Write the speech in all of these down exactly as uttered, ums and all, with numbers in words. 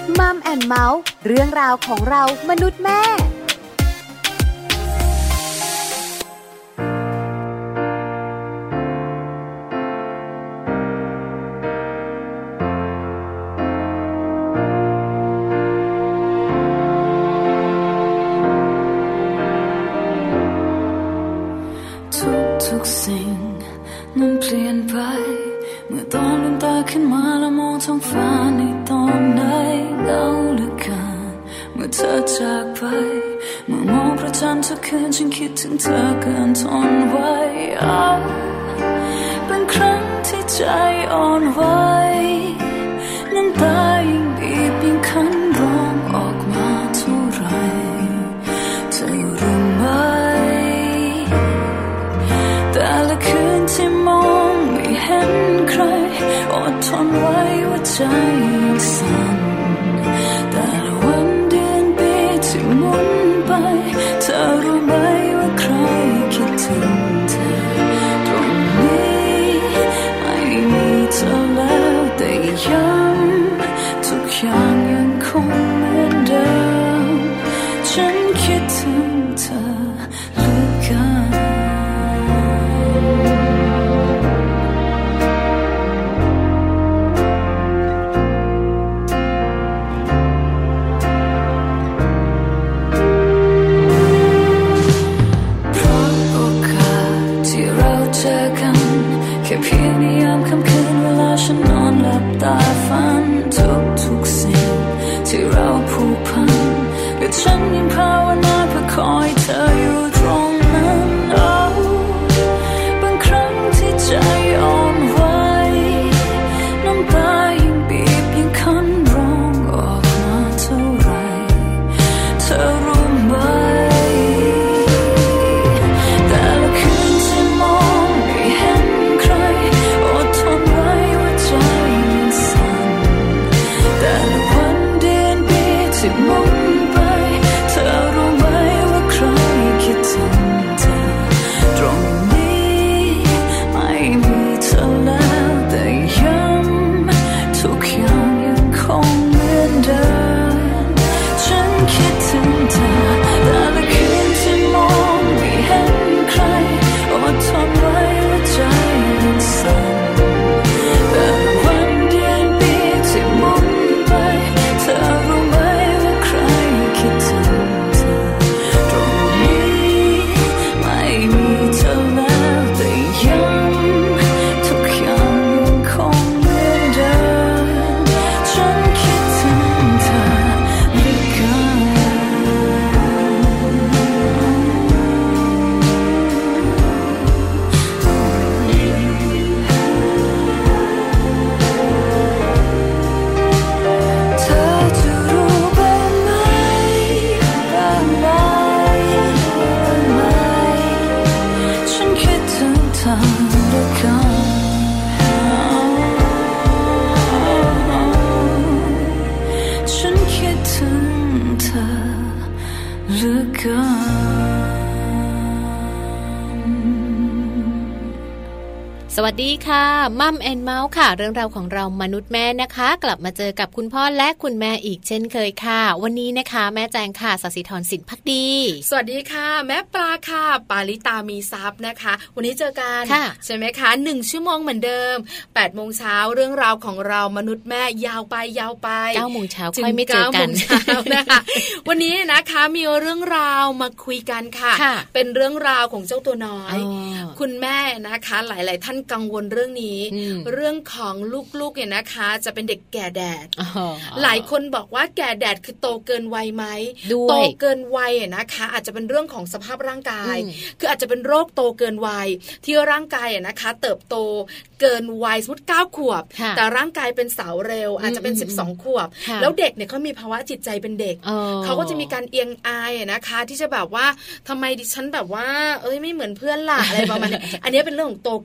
มัมแอนด์เมาส์เรื่องราวของเรามนุษย์แม่ทุกสิ่งนั้นเปลี่ยนไปเมื่อตอนลืมตาขึ้นมาแล้วมองท้องฟ้าในตอนไหนเหงาเหลือเกินเมื่อเธอจากไปเมื่อมองพระจันทร์ทุกคืนฉันคิดถึงเธอเกินทนไหวเป็นครั้งที่ใจอ่อนไหวน้ำตายิ่งบีบยิ่งคันร้องออกมาเท่าไรเธอรู้ไหมแต่ละคืนที่มองไม่เห็นใครอดทนไว้ว่าใจยังสั่นแต่ละวันเดือนปีที่หมุนไปเธอรู้ไหมว่าใครคิดถึงเธอตรงนี้ไม่มีเธอแล้วแต่ย้ำทุกอย่างยังคงเหมือนเดิมฉันคิดถึงเธอเหลือเกินแค่เพียงในยามค่ำคืนเวลาฉันนอนหลับตาฝันทุกทุกสิ่งที่เราผูกพันและฉันยังภาวนาเพื่อคอยเธออยู่ตรงนั้นโอ้บางครั้งที่ใจอ่อนไหวน้ำตายิ่งบีบยิ่งคันร้องออกมาเท่าไรเธอรู้ไหมสวัสดีค่ะมัมแอนด์เมาส์ค่ะเรื่องราวของเรามนุษย์แม่นะคะกลับมาเจอกับคุณพ่อและคุณแม่อีกเช่นเคยค่ะวันนี้นะคะแม่แจงค่ะศศิธรสินภักดีสวัสดีค่ะแม่ปลาค่ะปาริตามีซับนะคะวันนี้เจอกันใช่ไหมคะหนึ่งชั่วโมงเหมือนเดิมแปดโมงเช้าเรื่องราวของเรามนุษย์แม่ยาวไปยาวไปเก้าโมงเช้าค่อยไม่เจอกันนะคะวันนี้นะคะมีเรื่องราวมาคุยกันค่ะเป็นเรื่องราวของเจ้าตัวน้อยคุณแม่นะคะหลายๆท่านกังวลเรื่องนี้เรื่องของลูกๆเนี่ยนะคะจะเป็นเด็กแก่แดดหลายคนบอกว่าแก่แดดคือโตเกินวัยไหมโตเกินวัยนะคะอาจจะเป็นเรื่องของสภาพร่างกายคืออาจจะเป็นโรคโตเกินวัยที่ร่างกายนะคะเติบโตเกินวัยสมมติเก้าขวบแต่ร่างกายเป็นสาวเร็วอาจจะเป็นสิบสองขวบแล้วเด็กเนี่ยเขามีภาวะจิตใจเป็นเด็กเขาก็จะมีการเอียงอายนะคะที่จะแบบว่าทำไมดิฉันแบบว่าเอ้ยไม่เหมือนเพื่อนล่ะอะไรประมาณนี้อันนี้เป็นเรื่องของโตเกินวัย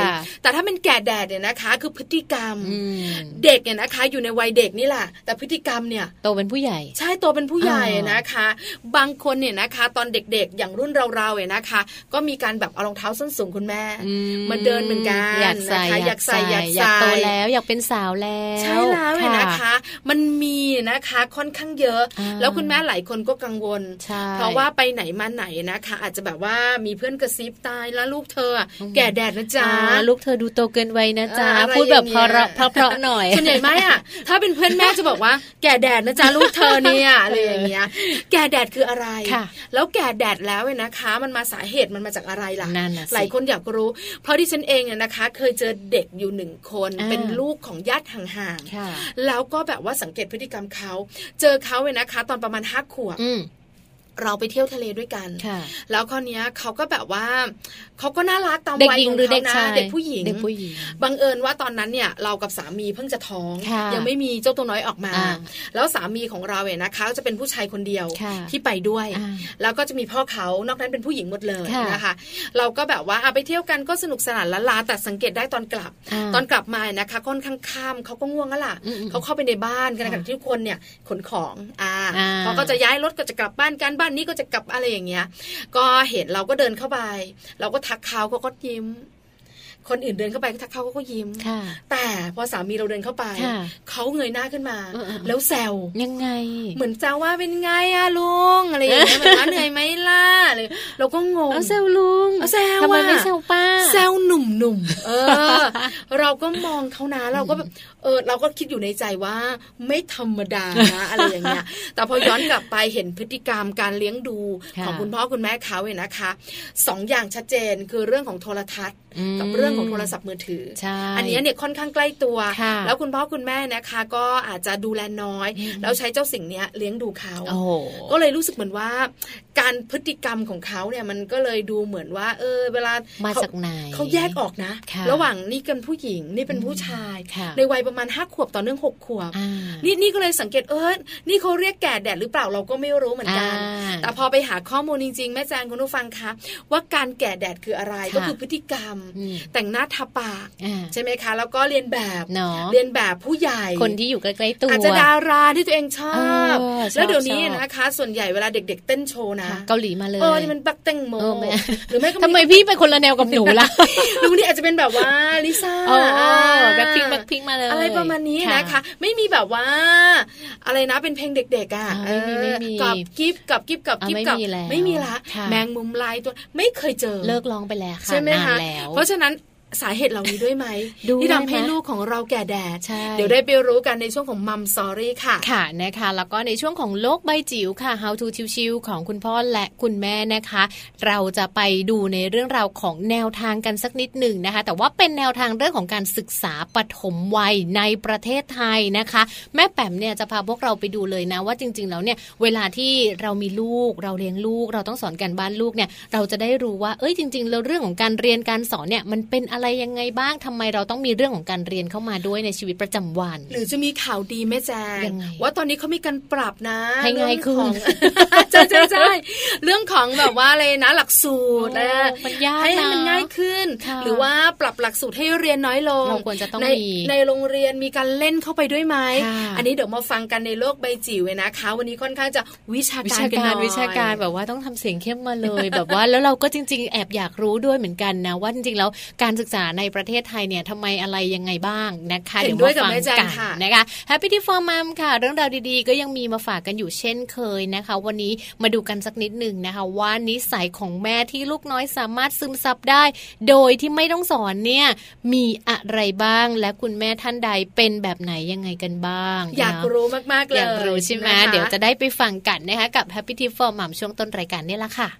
แต่ถ้าเป็นแก่แดดเนี่ยนะคะคือพฤติกรรมเด็กเนี่ยนะคะอยู่ในวัยเด็กนี่แหละแต่พฤติกรรมเนี่ยโตเป็นผู้ใหญ่ใช่โตเป็นผู้ใหญ่นะคะบางคนเนี่ยนะคะตอนเด็กๆอย่างรุ่นเราๆเนี่ยนะคะก็มีการแบบเอารองเท้าส้นสูงคุณแม่มาเดินเหมือนกันอยากใส่อยากใส่อยากใส่โตแล้วอยากเป็นสาวแล้วใช่แล้วเลยนะคะมันมีนะคะค่อนข้างเยอะแล้วคุณแม่หลายคนก็กังวลเพราะว่าไปไหนมาไหนนะคะอาจจะแบบว่ามีเพื่อนกระซิบตายแล้วลูกเธอแก่แดดนะจ๊ะลูกเธอดูโตเกินวัยนะจ๊ะพูดแบบเพราะเพราะหน่อยส่วนใหญ่ไหมอ่ะถ้าเป็นเพื่อนแม่จะบอกว่าแก่แดดนะจ๊ะลูกเธอเนี่ยอะไรอย่างเงี้ยแก่แดดคืออะไรแล้วแก่แดดแล้วเนี่ยนะคะมันมาสาเหตุมันมาจากอะไรล่ะหลายคนอยากรู้เพราะที่ฉันเองเนี่ยนะคะเคยเจอเด็กอยู่หนึ่งคนเป็นลูกของญาติห่างๆแล้วก็แบบว่าสังเกตพฤติกรรมเขาเจอเขาเนี่ยนะคะตอนประมาณห้าขวบเราไปเที่ยวทะเลด้วยกันแล้วคราวนี้เขาก็แบบว่าเขาก็น่ารักตามวัยของเขานะเด็กผู้หญิงบังเอิญว่าตอนนั้นเนี่ยเรากับสามีเพิ่งจะท้องยังไม่มีเจ้าตัวน้อยออกมาแล้วสามีของเราเนี่ยนะคะจะเป็นผู้ชายคนเดียวที่ไปด้วยแล้วก็จะมีพ่อเขานอกนั้นเป็นผู้หญิงหมดเลยนะคะเราก็แบบว่าไปเที่ยวกันก็สนุกสนานละลาแต่สังเกตได้ตอนกลับตอนกลับมานะคะค่อนข้างค่ำเขาก็ง่วงแล้วล่ะเขาเข้าไปในบ้านกันขณะที่ทุกคนเนี่ยขนของอ่าเขาก็จะย้ายรถก็จะกลับบ้านกันบ้านนี้ก็จะกลับอะไรอย่างเงี้ยก็เห็นเราก็เดินเข้าไปเราก็ทักเขาเขาก็ยิ้มคนอื่นเดินเข้าไปก็ทักเขาเขาก็ยิ้มแต่พอสามีเราเดินเข้าไปเขาเงยหน้าขึ้นมาแล้วแซวยังไงเหมือนแซวว่าเป็นไงอะลุงอะไรอย่างเงี้ยเหมือนว่าเหนื่อยไหมล่ะอะไรเราก็งงเอาแซวลุงเอาแซวทำไมไม่แซวป้าแซวหนุ่มๆเออเราก็มองเขานะเราก็แบบเออเราก็คิดอยู่ในใจว่าไม่ธรรมดานะอะไรอย่างเงี้ยแต่พอย้อนกลับไปเห็นพฤติกรรมการเลี้ยงดูของคุณพ่อคุณแม่เขาเนี่ยนะคะสองอย่างชัดเจนคือเรื่องของโทรทัศน์กับเรื่องของโทรศัพท์มือถืออันนี้เนี่ยค่อนข้างใกล้ตัวแล้วคุณพ่อคุณแม่นะคะก็อาจจะดูแลน้อยแล้วใช้เจ้าสิ่งนี้เลี้ยงดูเขาก็เลยรู้สึกเหมือนว่าการพฤติกรรมของเขาเนี่ยมันก็เลยดูเหมือนว่าเออเวลามาจากไหนเขาแยกออกนะระหว่างนี่เป็นผู้หญิงนี่เป็นผู้ชายในวัยประมาณห้าขวบต่อเนื่องหกขวบนี่นี่ก็เลยสังเกตเออนี่เขาเรียกแก่แดดหรือเปล่าเราก็ไม่รู้เหมือนกันแต่พอไปหาข้อมูลจริงๆแม่แจงคุณผู้ฟังคะว่าการแก่แดดคืออะไรก็คือพฤติกรรมแต่งหน้าทาปากใช่ไหมคะแล้วก็เรียนแบบเรียนแบบผู้ใหญ่คนที่อยู่ใกล้ๆตัวอาจจะดาราที่ตัวเองชอบแล้วเดี๋ยวนี้นะคะส่วนใหญ่เวลาเด็กๆเต้นโชว์นะเกาหลีมาเลยเออนี่มันบักเต้งโมหรือไม่ก็ทำไมพี่เป็นคนละแนวกับหนูล่ะดูนี่อาจจะเป็นแบบว่าลิซ่าแบ็คพิงค์แบ็คพิงค์มาเลยอะไรประมาณนี้นะคะไม่มีแบบว่าอะไรนะเป็นเพลงเด็กๆอ่ะกับกิ๊บกับกิ๊บกับกิ๊บกับไม่มีละแมงมุมลายตัวไม่เคยเจอเลิกร้องไปแล้วค่ะใช่ไหมคะเพราะฉะนั้นสาเหตุเหล่านี้ด้วยไหมที่ทำให้ลูกของเราแก่แดดเดี๋ยวได้ไปรู้กันในช่วงของมัมสอรี่ค่ะค่ะนะคะแล้วก็ในช่วงของโลกใบจิ๋วค่ะ How to ชิวๆของคุณพ่อและคุณแม่นะคะเราจะไปดูในเรื่องราวของแนวทางกันสักนิดหนึ่งนะคะแต่ว่าเป็นแนวทางเรื่องของการศึกษาปฐมวัยในประเทศไทยนะคะแม่แป๋มเนี่ยจะพาพวกเราไปดูเลยนะว่าจริงๆแล้วเนี่ยเวลาที่เรามีลูกเราเลี้ยงลูกเราต้องสอนการบ้านลูกเนี่ยเราจะได้รู้ว่าเอ้ยจริงๆแล้วเรื่องของการเรียนการสอนเนี่ยมันเป็นอะไรยังไงบ้างทำไมเราต้องมีเรื่องของการเรียนเข้ามาด้วยในชีวิตประจำวันหรือจะมีข่าวดีแม่แจงว่าตอนนี้เขามีการปรับนะให้ง่ายขึ้นใช่ใช่ใช่เรื่องของแบบว่าอะไรนะหลักสูตรนะให้มันง่ายขึ้นหรือว่าปรับหลักสูตรให้เรียนน้อยลงเราควรจะต้องมีในโรงเรียนมีการเล่นเข้าไปด้วยไหมอันนี้เดี๋ยวมาฟังกันในโลกใบจิ๋วนะคะวันนี้ค่อนข้างจะวิชาการกันหน่อยวิชาการแบบว่าต้องทำเสียงเข้มมาเลยแบบว่าแล้วเราก็จริงๆแอบอยากรู้ด้วยเหมือนกันนะว่าจริงๆแล้วการศึกษาในประเทศไทยเนี่ยทำไมอะไรยังไงบ้างนะคะเดี๋ยวมาฟังกันนะคะ Happy Tip for Mom ค่ะเรื่องราวดีๆก็ยังมีมาฝากกันอยู่เช่นเคยนะคะวันนี้มาดูกันสักนิดหนึ่งนะคะว่านิสัยของแม่ที่ลูกน้อยสามารถซึมซับได้โดยที่ไม่ต้องสอนเนี่ยมีอะไรบ้างและคุณแม่ท่านใดเป็นแบบไหนยังไงกันบ้างอยากรู้มากๆเลยอยากรู้ใช่ไหมเดี๋ยวจะได้ไปฟังกันนะคะกับ Happy Tip for Mom ช่วงต้นรายการนี่แหละค่ะ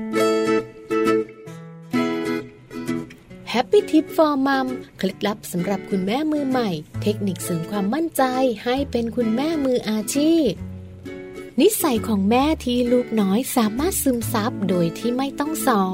Happy Tip for Mom เคล็ดลับสำหรับคุณแม่มือใหม่เทคนิคเสริมความมั่นใจให้เป็นคุณแม่มืออาชีพนิสัยของแม่ที่ลูกน้อยสามารถซึมซับโดยที่ไม่ต้องสอน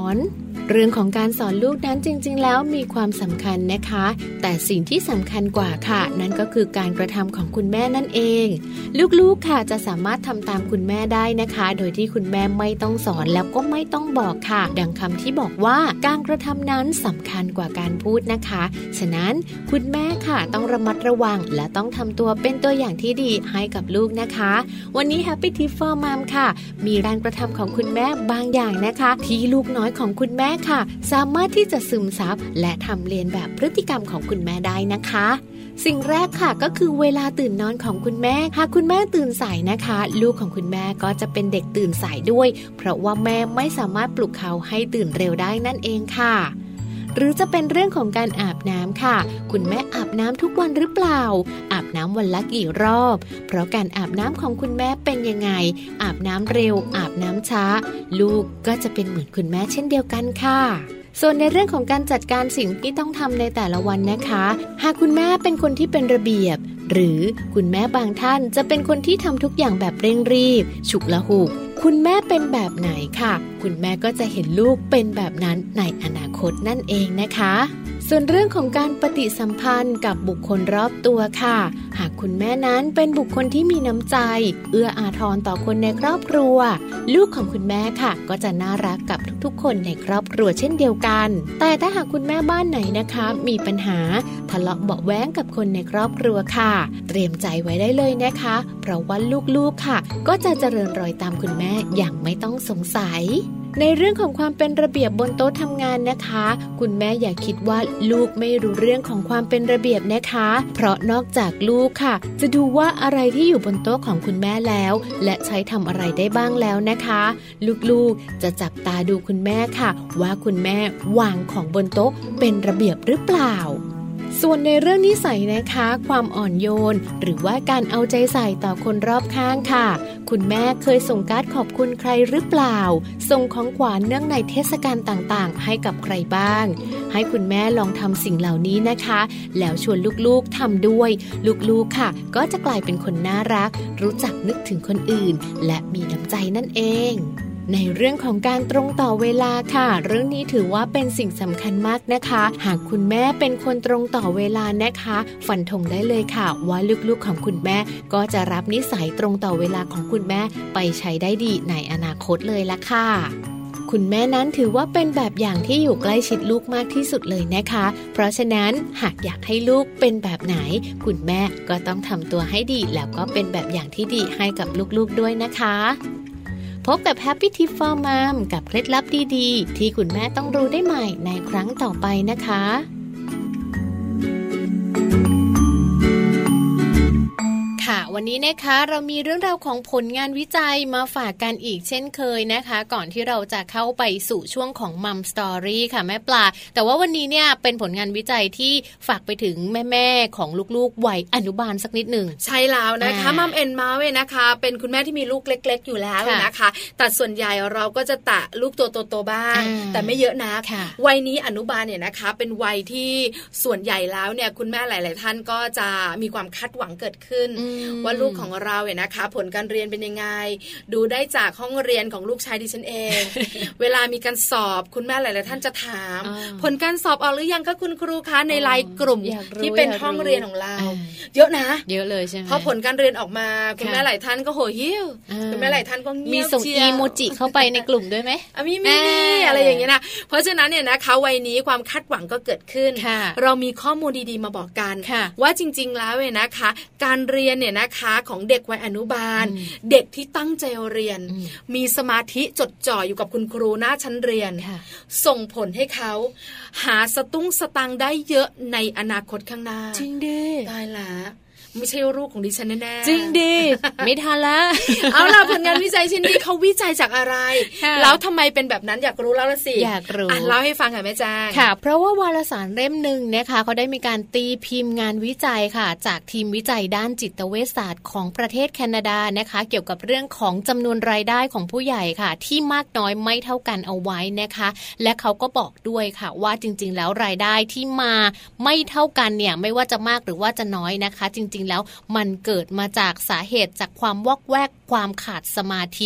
เรื่องของการสอนลูกนั้นจริงๆแล้วมีความสำคัญนะคะแต่สิ่งที่สำคัญกว่าค่ะนั่นก็คือการกระทำของคุณแม่นั่นเองลูกๆค่ะจะสามารถทำตามคุณแม่ได้นะคะโดยที่คุณแม่ไม่ต้องสอนแล้วก็ไม่ต้องบอกค่ะดังคำที่บอกว่าการกระทำนั้นสำคัญกว่าการพูดนะคะฉะนั้นคุณแม่ค่ะต้องระมัดระวังและต้องทำตัวเป็นตัวอย่างที่ดีให้กับลูกนะคะวันนี้ Happy Tip for Mom ค่ะมีการกระทำของคุณแม่บางอย่างนะคะที่ลูกน้อยของคุณแม่ค่ะสามารถที่จะซึมซับและทำเลียนแบบพฤติกรรมของคุณแม่ได้นะคะสิ่งแรกค่ะก็คือเวลาตื่นนอนของคุณแม่หากคุณแม่ตื่นสายนะคะลูกของคุณแม่ก็จะเป็นเด็กตื่นสายด้วยเพราะว่าแม่ไม่สามารถปลุกเขาให้ตื่นเร็วได้นั่นเองค่ะหรือจะเป็นเรื่องของการอาบน้ำค่ะคุณแม่อาบน้ำทุกวันหรือเปล่าอาบน้ำวันละกี่รอบเพราะการอาบน้ำของคุณแม่เป็นยังไงอาบน้ำเร็วอาบน้ำช้าลูกก็จะเป็นเหมือนคุณแม่เช่นเดียวกันค่ะส่วนในเรื่องของการจัดการสิ่งที่ต้องทำในแต่ละวันนะคะหากคุณแม่เป็นคนที่เป็นระเบียบหรือคุณแม่บางท่านจะเป็นคนที่ทำทุกอย่างแบบเร่งรีบฉุกละหุกคุณแม่เป็นแบบไหนค่ะคุณแม่ก็จะเห็นลูกเป็นแบบนั้นในอนาคตนั่นเองนะคะส่วนเรื่องของการปฏิสัมพันธ์กับบุคคลรอบตัวค่ะหากคุณแม่นั้นเป็นบุคคลที่มีน้ำใจเอื้ออาทรต่อคนในครอบครัวลูกของคุณแม่ค่ะก็จะน่ารักกับทุกๆคนในครอบครัวเช่นเดียวกันแต่ถ้าหากคุณแม่บ้านไหนนะคะมีปัญหาทะเลาะเบาะแว้งกับคนในครอบครัวค่ะเตรียมใจไว้ได้เลยนะคะเพราะว่าลูกๆค่ะก็จะเจริญรอยตามคุณแม่อย่างไม่ต้องสงสัยในเรื่องของความเป็นระเบียบบนโต๊ะทำงานนะคะคุณแม่อย่าคิดว่าลูกไม่รู้เรื่องของความเป็นระเบียบนะคะเพราะนอกจากลูกค่ะจะดูว่าอะไรที่อยู่บนโต๊ะของคุณแม่แล้วและใช้ทำอะไรได้บ้างแล้วนะคะลูกๆจะจับตาดูคุณแม่ค่ะว่าคุณแม่วางของบนโต๊ะเป็นระเบียบหรือเปล่าส่วนในเรื่องนิสัยนะคะความอ่อนโยนหรือว่าการเอาใจใส่ต่อคนรอบข้างค่ะคุณแม่เคยส่งการ์ดขอบคุณใครหรือเปล่าส่งของขวัญเนื่องในเทศกาลต่างๆให้กับใครบ้างให้คุณแม่ลองทำสิ่งเหล่านี้นะคะแล้วชวนลูกๆทำด้วยลูกๆค่ะก็จะกลายเป็นคนน่ารักรู้จักนึกถึงคนอื่นและมีน้ำใจนั่นเองในเรื่องของการตรงต่อเวลาค่ะเรื่องนี้ถือว่าเป็นสิ่งสำคัญมากนะคะหากคุณแม่เป็นคนตรงต่อเวลานะคะฟันธงได้เลยค่ะว่าลูกๆของคุณแม่ก็จะรับนิสัยตรงต่อเวลาของคุณแม่ไปใช้ได้ดีในอนาคตเลยละค่ะคุณแม่นั้นถือว่าเป็นแบบอย่างที่อยู่ใกล้ชิดลูกมากที่สุดเลยนะคะเพราะฉะนั้นหากอยากให้ลูกเป็นแบบไหนคุณแม่ก็ต้องทำตัวให้ดีแล้วก็เป็นแบบอย่างที่ดีให้กับลูกๆด้วยนะคะพบกับ Happy Tip for Mom กับเคล็ดลับดีๆที่คุณแม่ต้องรู้ได้ใหม่ในครั้งต่อไปนะคะค่ะวันนี้นะคะเรามีเรื่องราวของผลงานวิจัยมาฝากกันอีกเช่นเคยนะคะก่อนที่เราจะเข้าไปสู่ช่วงของ Mom Story ค่ะแม่ปลาแต่ว่าวันนี้เนี่ยเป็นผลงานวิจัยที่ฝากไปถึงแม่ๆของลูกๆวัยอนุบาลสักนิดหนึ่งใช่แล้วนะคะมัมเอ็นมาเว้นะคะเป็นคุณแม่ที่มีลูกเล็กๆอยู่แล้วนะคะแต่ส่วนใหญ่เราก็จะแตะลูกตัวโตๆบ้างแต่ไม่เยอะนะวัยนี้อนุบาลเนี่ยนะคะเป็นวัยที่ส่วนใหญ่แล้วเนี่ยคุณแม่หลายๆท่านก็จะมีความคาดหวังเกิดขึ้นว่าลูกของเราเนี่ยนะคะผลการเรียนเป็นยังไงดูได้จากห้องเรียนของลูกชายดิฉันเอง เวลามีการสอบคุณแม่หลายๆท่านจะถามผลการสอบออกหรือยังคะคุณครูคะในไลน์กลุ่มที่เป็นห้องเรียนของเราเยอะนะเยอะเลยใช่ไหมพอผลการเรียนออกมาคุณแม่หลายท่านก็โหหิ้วคุณแม่หลายท่านก็เงียบมีส่งอีโมจิเข้าไปในกลุ่มด้วยไหมมีมีอะไรอย่างเงี้ยนะเพราะฉะนั้นเนี่ยนะคะวัยนี้ความคาดหวังก็เกิดขึ้นเรามีข้อมูลดีๆมาบอกกันว่าจริงๆแล้วเนี่ยนะคะการเรียนเนี่ยนะคะของเด็กวัยอนุบาลเด็กที่ตั้งใจเรียนมีสมาธิจดจ่ออยู่กับคุณครูหน้าชั้นเรียนส่งผลให้เขาหาสตุ้งสตังได้เยอะในอนาคตข้างหน้าจริงดิตายละไม่ใช่ลูกของดิฉันแน่ๆจริงดิไม่ทันละเอาล่ะผลงานวิจัยชิ้นนี้เขาวิจัยจากอะไรแล้วทำไมเป็นแบบนั้นอยากรู้แล้วละสิอยากรู้เล่าให้ฟังค่ะแม่จ้างค่ะเพราะว่าวารสารเล่มหนึ่งนะคะเขาได้มีการตีพิมพ์งานวิจัยค่ะจากทีมวิจัยด้านจิตเวชศาสตร์ของประเทศแคนาดานะคะเกี่ยวกับเรื่องของจำนวนรายได้ของผู้ใหญ่ค่ะที่มากน้อยไม่เท่ากันเอาไว้นะคะและเขาก็บอกด้วยค่ะว่าจริงๆแล้วรายได้ที่มาไม่เท่ากันเนี่ยไม่ว่าจะมากหรือว่าจะน้อยนะคะจริงๆแล้วมันเกิดมาจากสาเหตุจากความวอกแวกความขาดสมาธิ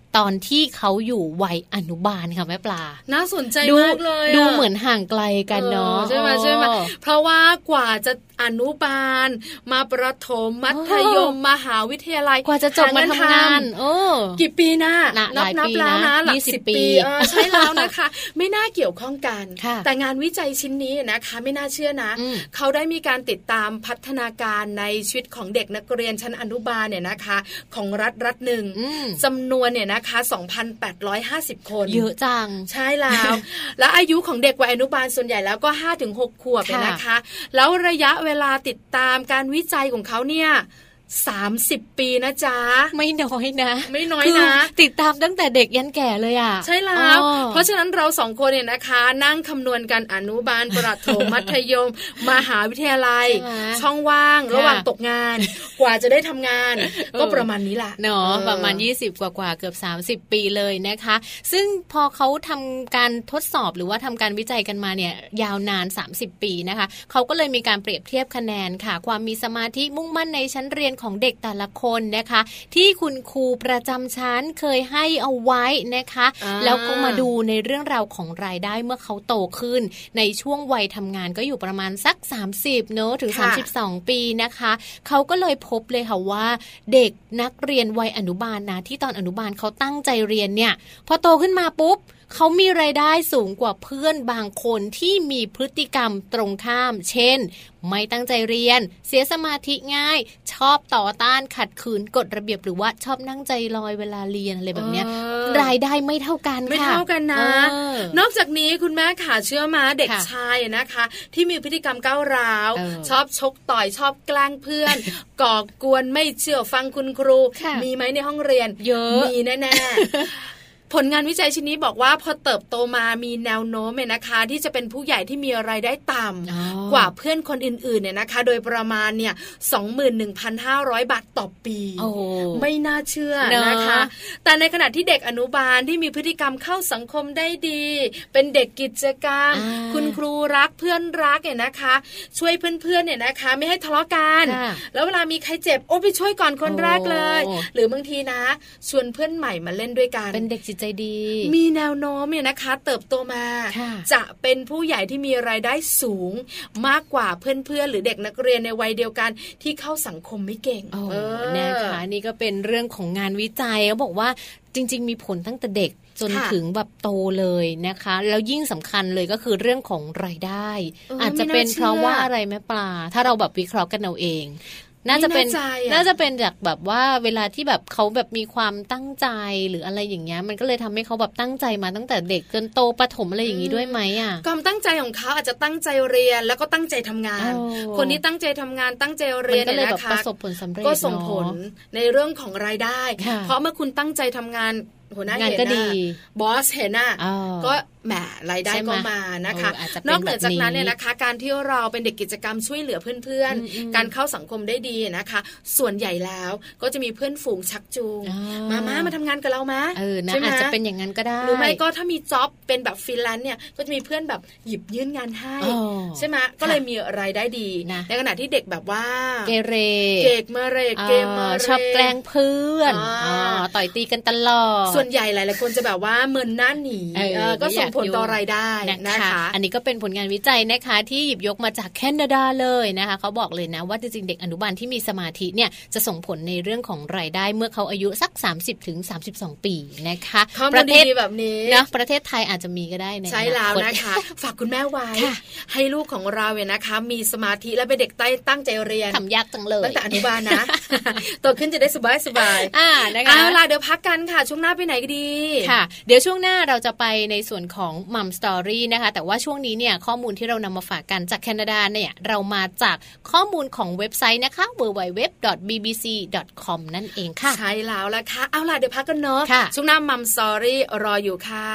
ตอนที่เขาอยู่วัยอนุบาลค่ะแม่ปลาน่าสนใจมากเลยดูเหมือนห่างไกลกันเนาะใช่ไหมใช่ไหมเพราะว่ากว่าจะอนุบาลมาประถมมัธยมมหาวิทยาลัยกว่าจะจบมาทำงานโอ้กี่ปีนะนับนับแล้วนะหลักสิบปีใช่แล้วนะคะไม่น่าเกี่ยวข้องกันแต่งานวิจัยชิ้นนี้นะคะไม่น่าเชื่อนะเขาได้มีการติดตามพัฒนาการในชีวิตของเด็กนักเรียนชั้นอนุบาลเนี่ยนะคะของรัฐรัฐหนึ่งจำนวนเนี่ยนะคะ สองพันแปดร้อยห้าสิบ คนเยอะจังใช่แล้ว และอายุของเด็กวัยอนุบาลส่วนใหญ่แล้วก็ ห้าถึงหก ขวบนะคะแล้วระยะเวลาติดตามการวิจัยของเขาเนี่ยสามสิบปีนะจ๊ะไม่น้อยนะไม่น้อยนะติดตามตั้งแต่เด็กยันแก่เลยอ่ะใช่แล้วเพราะฉะนั้นเราสองคนเนี่ยนะคะนั่งคำนวณกันอนุบาลประถมมัธยมมหาวิทยาลัยช่องว่างระหว่างตกงานกว่าจะได้ทำงานก็ประมาณนี้แหละเนาะประมาณยี่สิบกว่าๆเกือบสามสิบปีเลยนะคะซึ่งพอเขาทำการทดสอบหรือว่าทำการวิจัยกันมาเนี่ยยาวนานสามสิบปีนะคะเขาก็เลยมีการเปรียบเทียบคะแนนค่ะความมีสมาธิมุ่งมั่นในชั้นเรียนของเด็กแต่ละคนนะคะที่คุณครูประจำชั้นเคยให้เอาไว้นะคะแล้วก็มาดูในเรื่องราวของรายได้เมื่อเขาโตขึ้นในช่วงวัยทำงานก็อยู่ประมาณสักสามสิบเนอะถึงสามสิบสองปีนะคะเขาก็เลยพบเลยค่ะว่าเด็กนักเรียนวัยอนุบาลนะที่ตอนอนุบาลเขาตั้งใจเรียนเนี่ยพอโตขึ้นมาปุ๊บเขามีรายได้สูงกว่าเพื่อนบางคนที่มีพฤติกรรมตรงข้ามเช่นไม่ตั้งใจเรียนเสียสมาธิง่ายชอบต่อต้านขัดขืนกฎระเบียบหรือว่าชอบนั่งใจลอยเวลาเรียนอะไรแบบเนี้ยรายได้ไม่เท่ากันค่ะไม่เท่ากันนะนอกจากนี้คุณแม่ขาเชื่อมาเด็กชายนะคะที่มีพฤติกรรมก้าวร้าวชอบชกต่อยชอบแกล้งเพื่อนก่อกวนไม่เชื่อฟังคุณครูมีไหมในห้องเรียนเยอะมีแน่ๆผลงานวิจัยชิ้นนี้บอกว่าพอเติบโตมามีแนวโน้มเนี่ยนะคะที่จะเป็นผู้ใหญ่ที่มีรายได้ต่ำกว่าเพื่อนคนอื่นๆเนี่ยนะคะโดยประมาณเนี่ย สองหมื่นหนึ่งพันห้าร้อย บาทต่อปีไม่น่าเชื่อนะคะแต่ในขณะที่เด็กอนุบาลที่มีพฤติกรรมเข้าสังคมได้ดีเป็นเด็กกิจกรรมคุณครูรักเพื่อนรักเนี่ยนะคะช่วยเพื่อนๆเนี่ยนะคะไม่ให้ทะเลาะกันแล้วเวลามีใครเจ็บโอ้ไปช่วยก่อนคนแรกเลยหรือบางทีนะชวนเพื่อนใหม่มาเล่นด้วยกันเป็นเด็กใจดีมีแนวโน้มเนี่ยนะคะเติบโตมาจะเป็นผู้ใหญ่ที่มีรายได้สูงมากกว่าเพื่อนๆหรือเด็กนักเรียนในวัยเดียวกันที่เข้าสังคมไม่เก่งเออนะคะนี่ก็เป็นเรื่องของงานวิจัยเขาบอกว่าจริงๆมีผลตั้งแต่เด็กจนถึงแบบโตเลยนะคะแล้วยิ่งสำคัญเลยก็คือเรื่องของรายได้ อ, อาจจะเป็นเพราะว่าอะไรแม่ปลาถ้าเราแบบวิเคราะห์กันเอาเองน่าจะเป็นน่าจะเป็นจากแบบว่าเวลาที่แบบเขาแบบมีความตั้งใจหรืออะไรอย่างเงี้ยมันก็เลยทำให้เขาแบบตั้งใจมาตั้งแต่เด็กจนโตประถมอะไรอย่างงี้ด้วยไหมอ่ะความตั้งใจของเขาอาจจะตั้งใจเรียนแล้วก็ตั้งใจทำงานคนที่ตั้งใจทำงานตั้งใจเรียนเนี่ยนะคะประสบผลสำเร็จก็ส่งผลในเรื่องของรายได้เพราะเมื่อคุณตั้งใจทำงานหัวหน้าเห็นนะบอสเห็นน่ะก็แหมรายได้ก็มานะคะนอกเหนือจากนั้นเนี่ยนะคะการที่เราเป็นเด็กกิจกรรมช่วยเหลือเพื่อนๆการเข้าสังคมได้ดีนะคะส่วนใหญ่แล้วก็จะมีเพื่อนฝูงชักจูงมามามาทำงานกับเราไหมเออนะอาจจะเป็นอย่างนั้นก็ได้หรือไม่ก็ถ้ามีจ็อบเป็นแบบฟรีแลนซ์เนี่ยก็จะมีเพื่อนแบบหยิบยื่นงานให้ใช่ไหมก็เลยมีรายได้ดีในขณะที่เด็กแบบว่าเกเรเกกเมเรเกมเมเรชอบแกล้งเพื่อนต่อยตีกันตลอดส่วนใหญ่หลายๆคนจะแบบว่าเมินหน้าหนีก็ส่งผลต่อรายได้นะคะอันนี้ก็เป็นผลงานวิจัยนะคะที่หยิบยกมาจากแคนาดาเลยนะคะเขาบอกเลยนะว่าจริงๆเด็กอนุบาลที่มีสมาธิเนี่ยจะส่งผลในเรื่องของรายได้เมื่อเขาอายุสัก สามสิบถึงสามสิบสอง ปีนะคะประเทศแบบนี้นะประเทศไทยอาจจะมีก็ได้ในใช่แล้วนะคะฝากคุณแม่ไว้ให้ลูกของเราเนี่ยนะคะมีสมาธิและเป็นเด็กตั้งใจเรียนทำยากจังเลยตั้งแต่อนุบาลนะโตขึ้นจะได้สบายสบายอ่านะคะเอาล่ะเดี๋ยวพักกันค่ะช่วงหน้าไปไหนกันดีค่ะเดี๋ยวช่วงหน้าเราจะไปในส่วนของมัมสตอรี่นะคะแต่ว่าช่วงนี้เนี่ยข้อมูลที่เรานำมาฝากกันจากแคนาดาเนี่ยเรามาจากข้อมูลของเว็บไซต์นะคะ ดับเบิลยู ดับเบิลยู ดับเบิลยู ดอท บี บี ซี ดอท คอม นั่นเองค่ะใช่แล้วล่ะค่ะเอาล่ะเดี๋ยวพักกันเนาะช่วงหน้ามัมสตอรี่รออยู่ค่ะ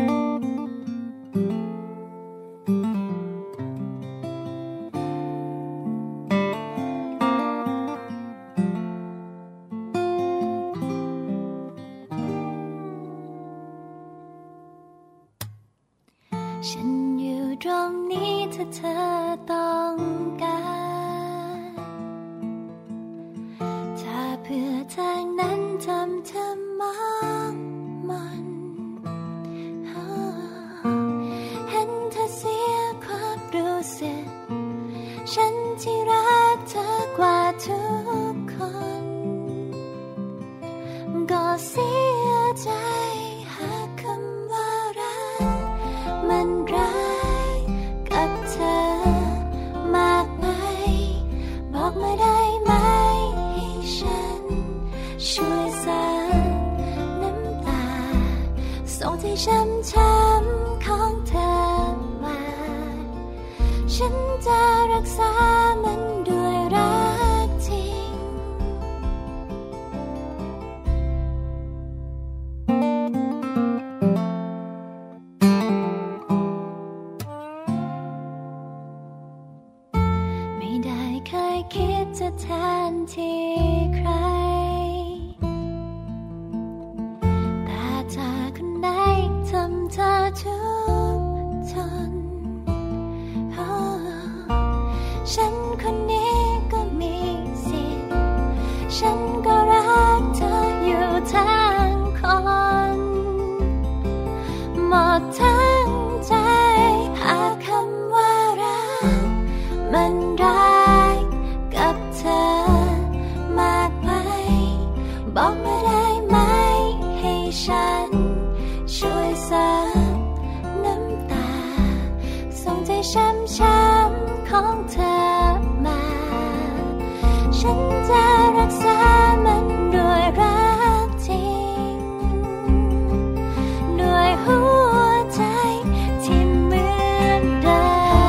ฉันอยู่ตรงนี้ถ้าเธอต้องการถ้าเพื่อทางนั้นทำเธอมองเสียใจหากคำว่ารักมันร้ายกับเธอมากไปบอกมาได้ไหมให้ฉันช่วยซับน้ำตาส่งที่ช้ำช้ำของเธอมาฉันจะรักษามันด้วยรักจริงไม่ได้เคยคิดจะแทนที่ใครแต่ถ้าคนไหนทำเธอทุกข์ทนฉันคนนี้ก็มีสิทธิ์ฉันก็รักเธออยู่ทั้งคนหมดทั้งใจหากคำว่ารักมันร้ายกับเธอมากไปบอกมาได้ไหมให้ฉันช่วยซับน้ำตาส่งใจช้ำช้ำของเธอมาฉันจะรักษามันด้วยรักจริงด้วยหัวใจที่เหมือนเดิ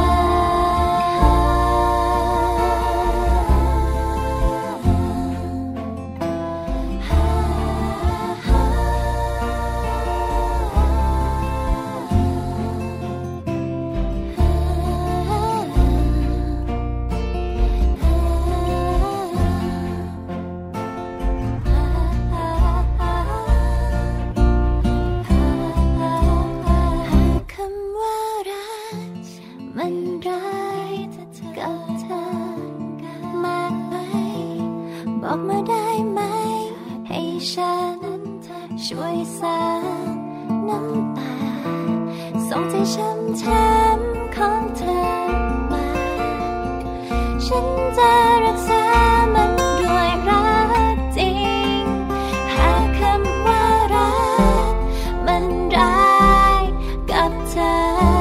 มันร้ายกับเธอมากไปบอกมาได้ไหมให้ฉันช่วยซับน้ำตาส่งใจช้ำช้ำของเธอมาฉันจะรักษามันด้วยรักจริงหากคำว่ารักมันร้ายกับเธอ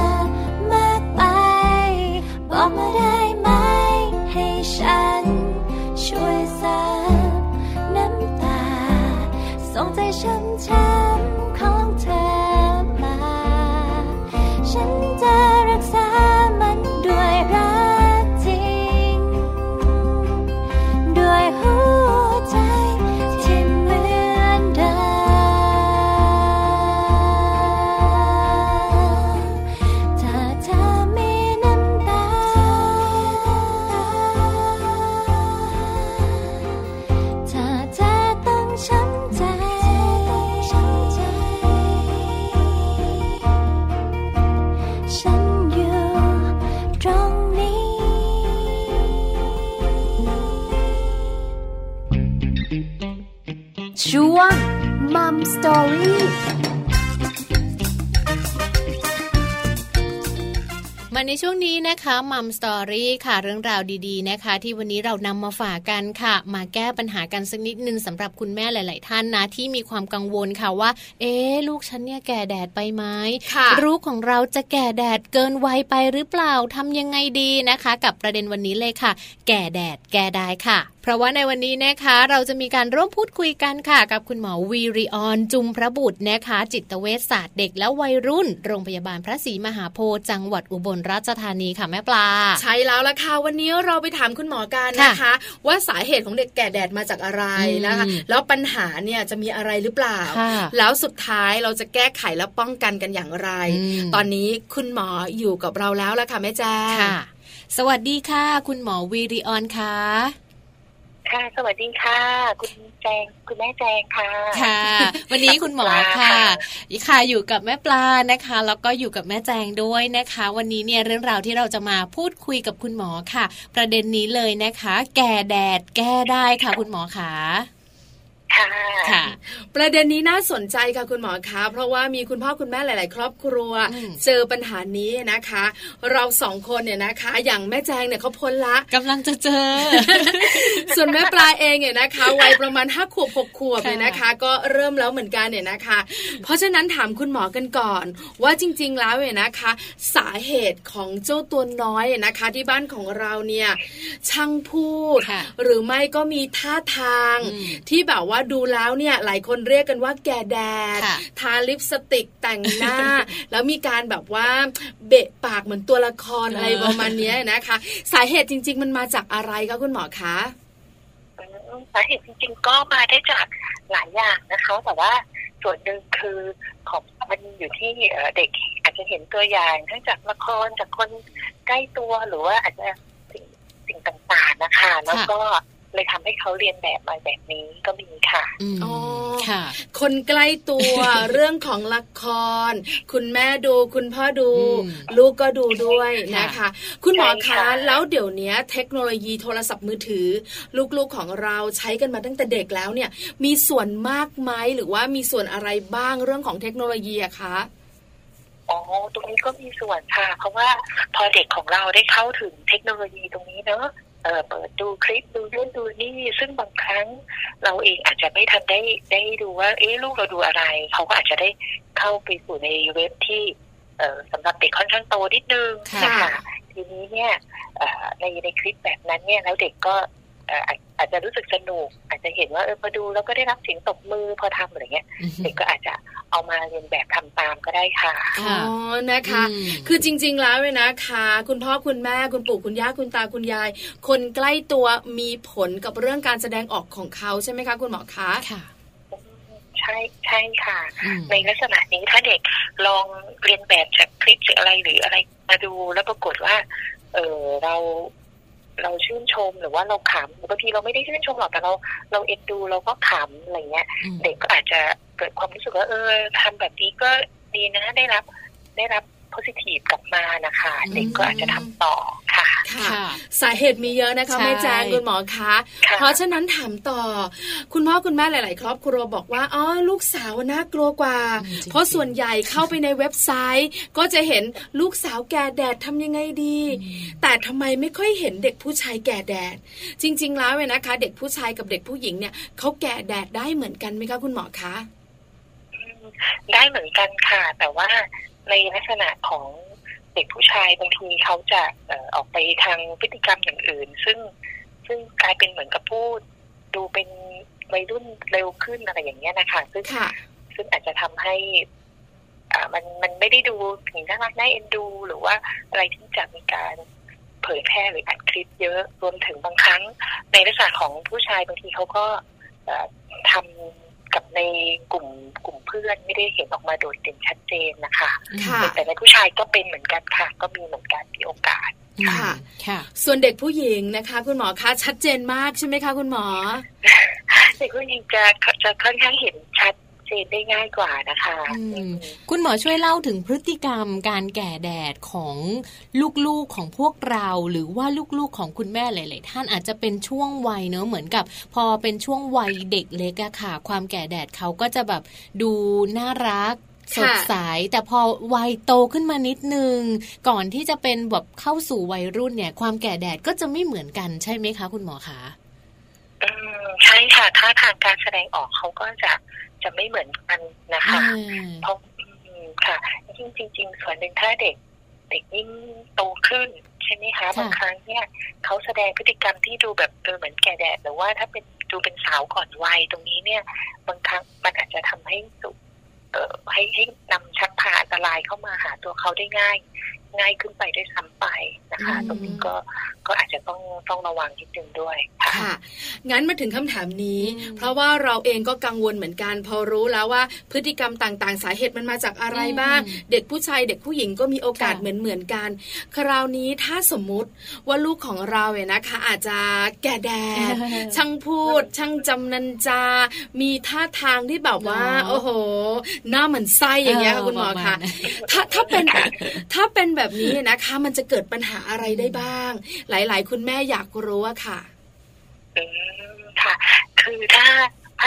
บอกมาได้ไหมให้ฉันช่วยซับน้ำตาส่งใจช้ำช้ำของเธอมาฉันจะรักษามันด้วยรักจริงด้วยหัวใจที่เหมือนเดิมถ้าเธอมีน้ำตาถ้าเธอต้องช้ำใจฉันอยู่ตรงนี้ช่วงมัมสตอรี่มาในช่วงนี้นะคะมัมสตอรี่ค่ะเรื่องราวดีๆนะคะที่วันนี้เรานำมาฝากกันค่ะมาแก้ปัญหากันสักนิดนึงสำหรับคุณแม่หลายๆท่านนะที่มีความกังวลค่ะว่าเอ๊ะลูกฉันเนี่ยแก่แดดไปไหมลูกของเราจะแก่แดดเกินวัยไปหรือเปล่าทำยังไงดีนะคะกับประเด็นวันนี้เลยค่ะแก่แดดแก้ได้ค่ะเพราะว่าในวันนี้นะคะเราจะมีการร่วมพูดคุยกันค่ะกับคุณหมอวีริออนจุมพระบุตรนะคะจิตเวชศาสตร์เด็กและวัยรุ่นโรงพยาบาลพระศรีมหาโพธิ์จังหวัดอุบลราชธานีค่ะแม่ปลาใช่แล้วล่ะค่ะวันนี้เราไปถามคุณหมอกันนะคะว่าสาเหตุของเด็กแก่แดดมาจากอะไรนะคะแล้วปัญหาเนี่ยจะมีอะไรหรือเปล่าแล้วสุดท้ายเราจะแก้ไขและป้องกันกันอย่างไรตอนนี้คุณหมออยู่กับเราแล้วล่ะค่ะแม่แจ้งสวัสดีค่ะคุณหมอวีริออนค่ะค่ะสวัสดีค่ะคุณแจงคุณแม่แจงค่ะค่ะวันนี้คุณหมอค่ะค่ะอยู่กับแม่ปลานะคะแล้วก็อยู่กับแม่แจงด้วยนะคะวันนี้เนี่ยเรื่องราวที่เราจะมาพูดคุยกับคุณหมอค่ะประเด็นนี้เลยนะคะแก่แดดแก้ได้ค่ะคุณหมอค่ะค่ะค่ะประเด็นนี้น่าสนใจค่ะคุณหมอคะเพราะว่ามีคุณพ่อคุณแม่หลายๆครอบครัวเจอปัญหานี้นะคะเราสองคนเนี่ยนะคะอย่างแม่แจงเนี่ยเขาพ้นละกำลังจะเจอส่วนแม่ปลาเองเนี่ยนะคะวัยประมาณห้าขวบหกขวบเนี่ยนะคะก็เริ่มแล้วเหมือนกันเนี่ยนะคะเพราะฉะนั้นถามคุณหมอกันก่อนว่าจริงๆแล้วเนี่ยนะคะสาเหตุของเจ้าตัวน้อยนะคะที่บ้านของเราเนี่ยช่างพูดหรือไม่ก็มีท่าทางที่แบบว่าดูแล้วเนี่ยหลายคนเรียกกันว่าแก่แดดทาลิปสติกแต่งหน้า แล้วมีการแบบว่าเบะปากเหมือนตัวละครอะไรประมาณนี้นะคะสาเหตุจริงๆมันมาจากอะไรคะคุณหมอคะสาเหตุจริงๆก็มาได้จากหลายอย่างนะคะแต่ว่าส่วนหนึ่งคือของมันอยู่ที่เด็กอาจจะเห็นตัวอย่างทั้งจากละครจากคนใกล้ตัวหรือว่าอาจจะสิ่งสิ่งต่างๆนะคะแล้วก็เลยทำให้เขาเรียนแบบมาแบบนี้ก็มีค่ะอ๋อค่ะคนใกล้ตัว เรื่องของละครคุณแม่ดูคุณพ่อดูลูกก็ดูด้วยนะคะคุณหมอคะแล้วเดี๋ยวนี้เทคโนโลยีโทรศัพท์มือถือลูกๆของเราใช้กันมาตั้งแต่เด็กแล้วเนี่ยมีส่วนมากไหมหรือว่ามีส่วนอะไรบ้างเรื่องของเทคโนโลยีอะคะอ๋อตรงนี้ก็มีส่วนค่ะเพราะว่าพอเด็กของเราได้เข้าถึงเทคโนโลยีตรงนี้เนอะเอ่อเปิดดูคลิปดูนู่นดูนี่ซึ่งบางครั้งเราเองอาจจะไม่ทันได้ได้ดูว่าเอ๊ะลูกเราดูอะไรเขาก็อาจจะได้เข้าไปสู่ในเว็บที่เอ่อสำหรับเด็กค่อนข้างโตนิดนึงนะคะทีนี้เนี่ยเอ่อในในคลิปแบบนั้นเนี่ยแล้วเด็กก็อาจจะรู้สึกสนุกอาจจะเห็นว่าเออพอดูแล้วก็ได้รับเสียงตบมือพอทำอะไรเงี้ยเด็กก็อาจจะเอามาเรียนแบบทำตามก็ได้ค่ะอ๋อนะคะคือจริงๆแล้วเนี่ยนะคะคุณพ่อคุณแม่คุณปู่คุณย่าคุณตาคุณยายคนใกล้ตัวมีผลกับเรื่องการแสดงออกของเขาใช่ไหมคะคุณหมอคะค่ะใช่ใช่ค่ะในลักษณะนี้ถ้าเด็กลองเรียนแบบจากคลิปจากอะไรหรืออะไรมาดูแล้วปรากฏว่าเออเราเราชื่นชมหรือว่าเราขำบางทีเราไม่ได้ชื่นชมหรอกแต่เราเราเอ็นดูเราก็ขำอะไรเงี้ยเด็กก็อาจจะเกิดความรู้สึกว่าเออทำแบบนี้ก็ดีนะได้รับได้รับpositive กลับมานะคะเด็กก็อาจจะทำต่อค่ะค่ะสาเหตุมีเยอะนะคะแม่แจงคุณหมอคะเพราะฉะนั้นถามต่อคุณพ่อคุณแม่หลายๆครอบครัวบอกว่าอ๋อลูกสาวน่ากลัวกว่าเพราะส่วนใหญ่เข้าไปในเว็บไซต์ก็จะเห็นลูกสาวแก่แดดทำยังไงดีแต่ทำไมไม่ค่อยเห็นเด็กผู้ชายแก่แดดจริงๆแล้วเนี่ยนะคะเด็กผู้ชายกับเด็กผู้หญิงเนี่ยเขาแก่แดดได้เหมือนกันไหมคะคุณหมอคะได้เหมือนกันค่ะแต่ว่าในลักษณะของเด็กผู้ชายบางทีเขาจะเอ่อออกไปทางพฤติกรรมอย่างอื่นซึ่งซึ่งกลายเป็นเหมือนกับพูดดูเป็นวัยรุ่นเร็วขึ้นอะไรอย่างเงี้ยนะคะซึ่งซึ่งอาจจะทำให้อ่ามันมันไม่ได้ดูถึงน่ารักน่าเอ็นดูหรือว่าอะไรที่จะมีการเผยแพร่หรืออัดคลิปเยอะรวมถึงบางครั้งในลักษณะของผู้ชายบางทีเขาก็ทำกับในกลุ่มกลุ่มเพื่อนไม่ได้เห็นออกมาโดดเด่นชัดเจนนะคะแต่ในผู้ชายก็เป็นเหมือนกันค่ะก็มีเหมือนกันมีโอกาสค่ะค่ะส่วนเด็กผู้หญิงนะคะคุณหมอคะชัดเจนมากใช่ไหมคะคุณหมอเด็กผู้หญิงจะจะค่อนข้างเห็นชัดเจนได้ง่ายกว่านะคะคุณหมอช่วยเล่าถึงพฤติกรรมการแก่แดดของลูกๆของพวกเราหรือว่าลูกๆของคุณแม่หลายๆท่านอาจจะเป็นช่วงวัยเนอะเหมือนกับพอเป็นช่วงวัยเด็กเล็กอะค่ะความแก่แดดเขาก็จะแบบดูน่ารักสดใสแต่พอวัยโตขึ้นมานิดนึงก่อนที่จะเป็นแบบเข้าสู่วัยรุ่นเนี่ยความแก่แดดก็จะไม่เหมือนกันใช่ไหมคะคุณหมอคะอืมใช่ค่ะถ้าทางการแสดงออกเขาก็จะจะไม่เหมือนกันนะคะเพราะค่ะจริงจริงส่วนหนึ่งถ้าเด็กเด็กยิ่งโตขึ้นใช่ไหมคะบางครั้งเนี่ยเขาแสดงพฤติกรรมที่ดูแบบเออเหมือนแก่แดดหรือว่าถ้าเป็นดูเป็นสาวก่อนวัยตรงนี้เนี่ยบางครั้งมันอาจจะทำให้สุเอ่อให้ให้นำชักพาอันตรายเข้ามาหาตัวเขาได้ง่ายง่ายขึ้นไปด้วยซ้ำไปนะคะตรงนี้ก็ก็อาจจะต้องต้องระวังนิดนึงด้วยค่ะงั้นมาถึงคำถามนี้เพราะว่าเราเองก็กังวลเหมือนกันพอรู้แล้วว่าพฤติกรรมต่างๆสาเหตุมันมาจากอะไรบ้างเด็กผู้ชายเด็กผู้หญิงก็มีโอกาสเหมือนเหมือนกันคราวนี้ถ้าสมมุติว่าลูกของเราเนี่ยนะคะอาจจะแก่แดดช่างพูดช่างจำนันจามีท่าทางที่แบบว่าโอ้โหหน้าเหมือนไส้อย่างเงี้ยค่ะคุณหมอคะถ้าถ้าเป็นถ้าเป็นแบบนี้นะคะมันจะเกิดปัญหาอะไรได้บ้างหลายๆคุณแม่อยากรู้อะค่ะอืมค่ะคือถ้าถ้า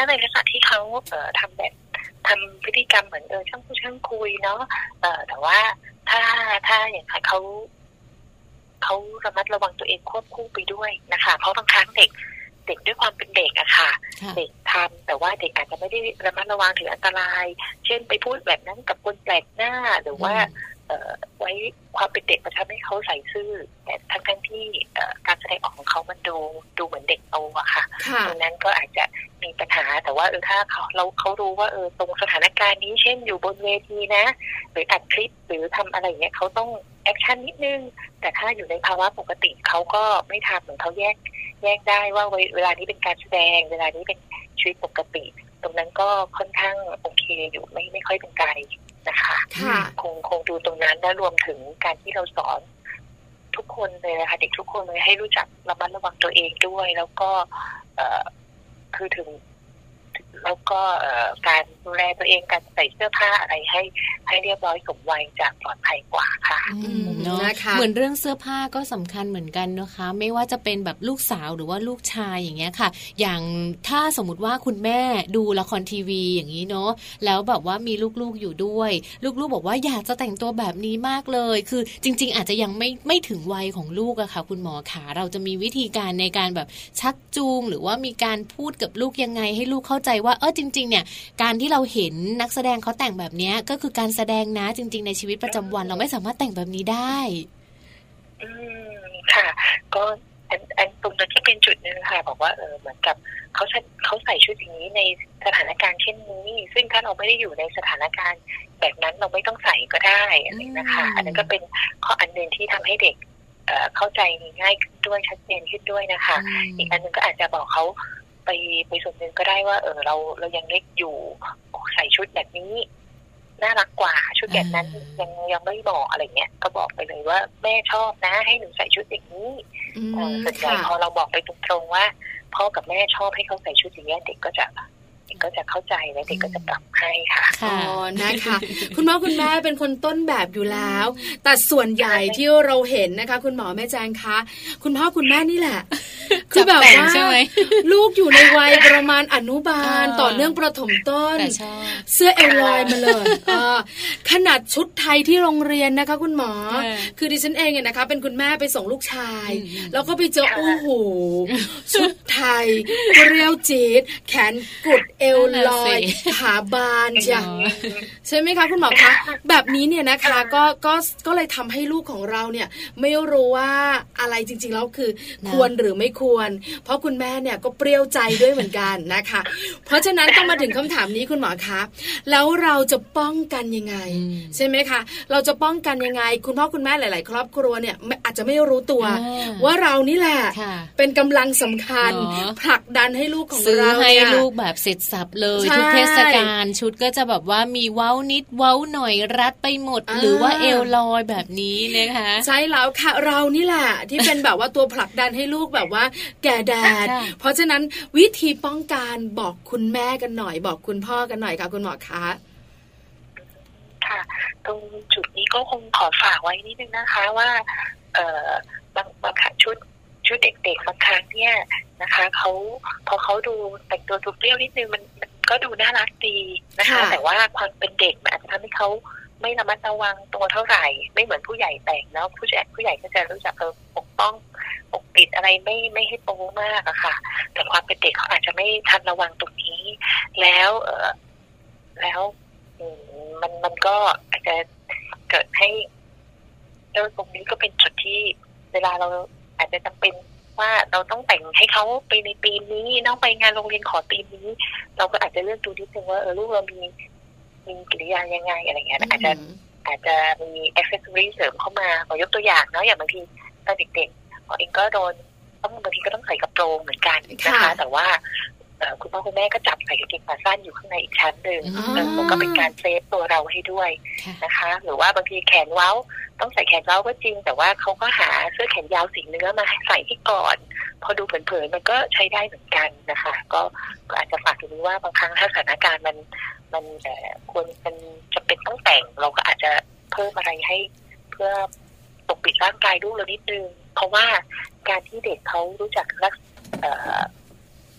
ในลักษณะที่เขาเอ่อทำแบบทำพฤติกรรมเหมือนเออช่างพูดช่างคุยเนาะเอ่อแต่ว่าถ้าถ้าอย่างเขาเขาระมัดระวังตัวเองควบคู่ไปด้วยนะคะเพราะบางครั้งเด็กเด็กด้วยความเป็นเด็กอะค่ะเด็กทำแต่ว่าเด็กอาจจะไม่ได้ระมัดระวังถึงอันตรายเช่นไปพูดแบบนั้นกับคนแปลกหน้าหรือว่าไว้ความเป็นเด็กมันทำให้เขาใส่ซื่อแต่ทั้งทั้งที่การแสดงออกของเขามันดูดูเหมือนเด็กโตอะค่ะดังนั้นก็อาจจะมีปัญหาแต่ว่าเออถ้าเขาเราเขารู้ว่าเออตรงสถานการณ์นี้เช่นอยู่บนเวทีนะหรืออัดคลิปหรือทำอะไรเงี้ยเขาต้องแอคชั่นนิดนึงแต่ถ้าอยู่ในภาวะปกติเขาก็ไม่ทำเหมือนเขาแยกแยกได้ว่าเวลานี้เป็นการแสดงเวลานี้เป็นชีวิตปกติตรงนั้นก็ค่อนข้างโอเคอยู่ไม่ไม่ค่อยเป็นไกลนะคะคงคงดูตรงนั้นและรวมถึงการที่เราสอนทุกคนเลยนะคะเด็กทุกคนเลยให้รู้จักระมัดระวังตัวเองด้วยแล้วก็คือถึงแล้วก็การดูแลตัวเองการใส่เสื้อผ้าอะไรให้ให้เรียบร้อยสมวัยจะปลอดภัยกว่าค่ะเนาะเหมือนเรื่องเสื้อผ้าก็สำคัญเหมือนกันนะคะไม่ว่าจะเป็นแบบลูกสาวหรือว่าลูกชายอย่างเงี้ยค่ะอย่างถ้าสมมติว่าคุณแม่ดูละครทีวีอย่างนี้เนาะแล้วแบบว่ามีลูกๆอยู่ด้วยลูกๆบอกว่าอยากจะแต่งตัวแบบนี้มากเลยคือจริงๆอาจจะยังไม่ไม่ถึงวัยของลูกอะค่ะคุณหมอขาเราจะมีวิธีการในการแบบชักจูงหรือว่ามีการพูดกับลูกยังไงให้ลูกเข้าใจว่าเออจริงๆเนี่ยการที่เราเห็นนักแสดงเขาแต่งแบบนี้ก็คือการแสดงนะจริงๆในชีวิตประจำวันเราไม่สามารถแต่งแบบนี้ได้อืมค่ะก็อันอันตรงนั้นที่เป็นจุดนึงค่ะบอกว่าเออเหมือนกับเขาเขาใส่ชุดอย่างนี้ในสถานการณ์เช่นนี้ซึ่งถ้าเราไม่ได้อยู่ในสถานการณ์แบบนั้นเราไม่ต้องใส่ก็ได้อะไรนะคะอันนั้นก็เป็นข้ออันนึงที่ทำให้เด็กเอ่อเข้าใจง่ายขึ้นด้วยชัดเจนขึ้นด้วยนะคะอีกอันนึงก็อาจจะบอกเขาไปไปส่วนหนึ่งก็ได้ว่าเออเราเรายังเล็กอยู่ใส่ชุดแบบนี้น่ารักกว่าชุดแบบนั้นยังยังไม่บอกอะไรเงี้ยก็บอกไปเลยว่าแม่ชอบนะให้หนูใส่ชุดอย่างนี้ส่วนใหญ่พอเราบอกไปตรงๆว่าพ่อกับแม่ชอบให้เขาใส่ชุดอย่างนี้เด็กก็จะเด็กก็จะเข้าใจและเด็กก็จะปรับให้ค่ะอ๋อนะคะคุณพ่อคุณแม่เป็นคนต้นแบบอยู่แล้วแต่ส่วนใหญ่ที่เราเห็นนะคะคุณหมอแม่แจงคะคุณพ่อคุณแม่นี่แหละคือแบบว่าลูกอยู่ในวัยประมาณอนุบาลต่อเนื่องประถมต้นเสื้อเอลลอยมาเลยขนาดชุดไทยที่โรงเรียนนะคะคุณหมอคือดิฉันเองเนี่ยนะคะเป็นคุณแม่ไปส่งลูกชายแล้วก็ไปเจอโอ้โหชุดไทยเรียวจี๊ดแขนกุดเอลลอยขาบานจ้ะใช่ไหมคะคุณหมอคะแบบนี้เนี่ยนะคะก็ก็ก็เลยทำให้ลูกของเราเนี่ยไม่รู้ว่าอะไรจริงๆแล้วคือควรหรือไม่ควรเพราะคุณแม่เนี่ยก็เปรี้ยวใจด้วยเหมือนกันนะคะเพราะฉะนั้นต้องมาถึงคำถามนี้คุณหมอคะแล้วเราจะป้องกันยังไงใช่ไหมคะเราจะป้องกันยังไงคุณพ่อคุณแม่หลายๆครอบครัวเนี่ยอาจจะไม่รู้ตัวว่าเรานี่แหละเป็นกำลังสำคัญผลักดันให้ลูกของเราให้ลูกแบบเสร็จสับเลยทุกเทศกาลชุดก็จะแบบว่ามีเว้านิดเว้าหน่อยรัดไปหมดหรือว่าเอวลอยแบบนี้นะคะใช่แล้วค่ะเรานี่แหละที่เป็นแบบว่าตัวผลักดันให้ลูกแบบว่าแก่แดดเพราะฉะนั้นวิธีป้องกันบอกคุณแม่กันหน่อยบอกคุณพ่อกันหน่อยค่ะคุณหมอคะค่ะตรงจุดนี้ก็คงขอฝากไว้นิดนึงนะคะว่าเอ่อบางบางชุดชุดเด็กๆบางครั้งเนี่ยนะคะเขาพอเขาดูแต่งตัวดูเปรี้ยวนิดนึงมันมันก็ดูน่ารักดีนะคะแต่ว่าความเป็นเด็กมันอาจจะทำให้เขาไม่ระมัดระวังตัวเท่าไหร่ไม่เหมือนผู้ใหญ่แต่งแล้วผู้ใหญ่ผู้ใหญ่ก็จะรู้จักเออปกป้องปกปิดอะไรไม่ไม่ให้โตมากอะค่ะแต่ความเป็นเด็กเขาอาจจะไม่ทันระวังตรงนี้แล้วเออแล้วมันมันก็อาจจะเกิดให้เออตรงนี้ก็เป็นจุดที่เวลาเราอาจจะจำเป็นว่าเราต้องแต่งให้เขาไปในปีนี้น้องไปงานโรงเรียนขอปีนี้เราก็อาจจะเลือกดูนิดนึงว่าเออลูกเรามีมีกิริยายังไงอะไรเงี้ยอาจจะอาจจะมีแอคเซสซอรี่เสริมเข้ามาขอยกตัวอย่างเนาะอย่างบางทีตอนเด็กๆพอเองก็โดนต้องบางทีก็ต้องใส่กระโปรงเหมือนกันนะคะแต่ว่าคุณพ่อคุณแม่ก็จับใส่กางเกงขาสั้นอยู่ข้างในอีกชั้นหนึ่งมันก็เป็นการเซฟตัวเราให้ด้วยนะคะหรือว่าบางทีแขนเว้าต้องใส่แขนเว้าก็จริงแต่ว่าเขาก็หาเสื้อแขนยาวสีเนื้อมาใส่ที่ก่อนพอดูเผินๆมันก็ใช้ได้เหมือนกันนะคะก็อาจจะฝากตรงนี้ว่าบางครั้งถ้าสถานการณ์มันมันควรมันจะเป็นต้องแต่งเราก็อาจจะเพิ่มอะไรให้เพื่อปกปิดร่างกายลูกเรานิดนึงเพราะว่าการที่เด็กเขารู้จักรัก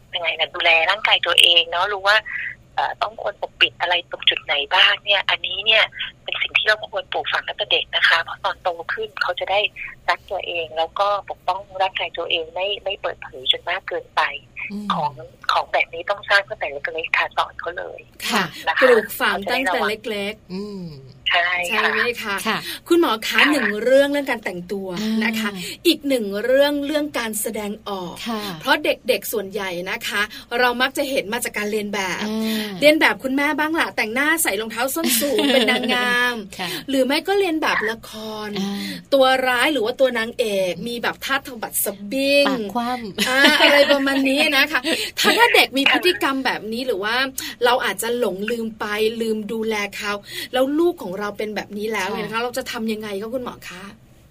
ยังไงนะดูแลร่างกายตัวเองเนาะรู้ว่าต้องควรปกปิดอะไรตรงจุดไหนบ้างเนี่ยอันนี้เนี่ยเป็นสิ่งที่เราควรปลูกฝังตั้งแต่เด็กนะคะเพราะตอนโตขึ้นเขาจะได้รักตัวเองแล้วก็ปกป้องร่างกายตัวเองไม่ไม่เปิดเผยจนมากเกินไปของของแบบนี้ต้องสร้างตั้งแต่เล็กๆค่ะสอนเขาเลยค่ะปลูกฝังตั้งแต่เล็กๆอืมใช่ใช่ไหมคะคุณหมอคะหนึ่งเรื่องเรื่องการแต่งตัวนะคะอีกหนึ่งเรื่องเรื่องการแสดงออกเพราะเด็กๆส่วนใหญ่นะคะเรามักจะเห็นมาจากการเรียนแบบเรียนแบบคุณแม่บ้างล่ะแต่งหน้าใส่รองเท้าส้นสูงเป็นนางงามหรือไม่ก็เรียนแบบละครตัวร้ายหรือว่าตัวนางเอกมีแบบท่าทางบัดสบิงปากคว่ำอะไรประมาณนี้นะคะถ้าถ้าเด็กมีพฤติกรรมแบบนี้หรือว่าเราอาจจะหลงลืมไปลืมดูแลเขาแล้วลูกของเราเป็นแบบนี้แล้วเนี่ยนะคะเราจะทำยังไงคะคุณหมอคะ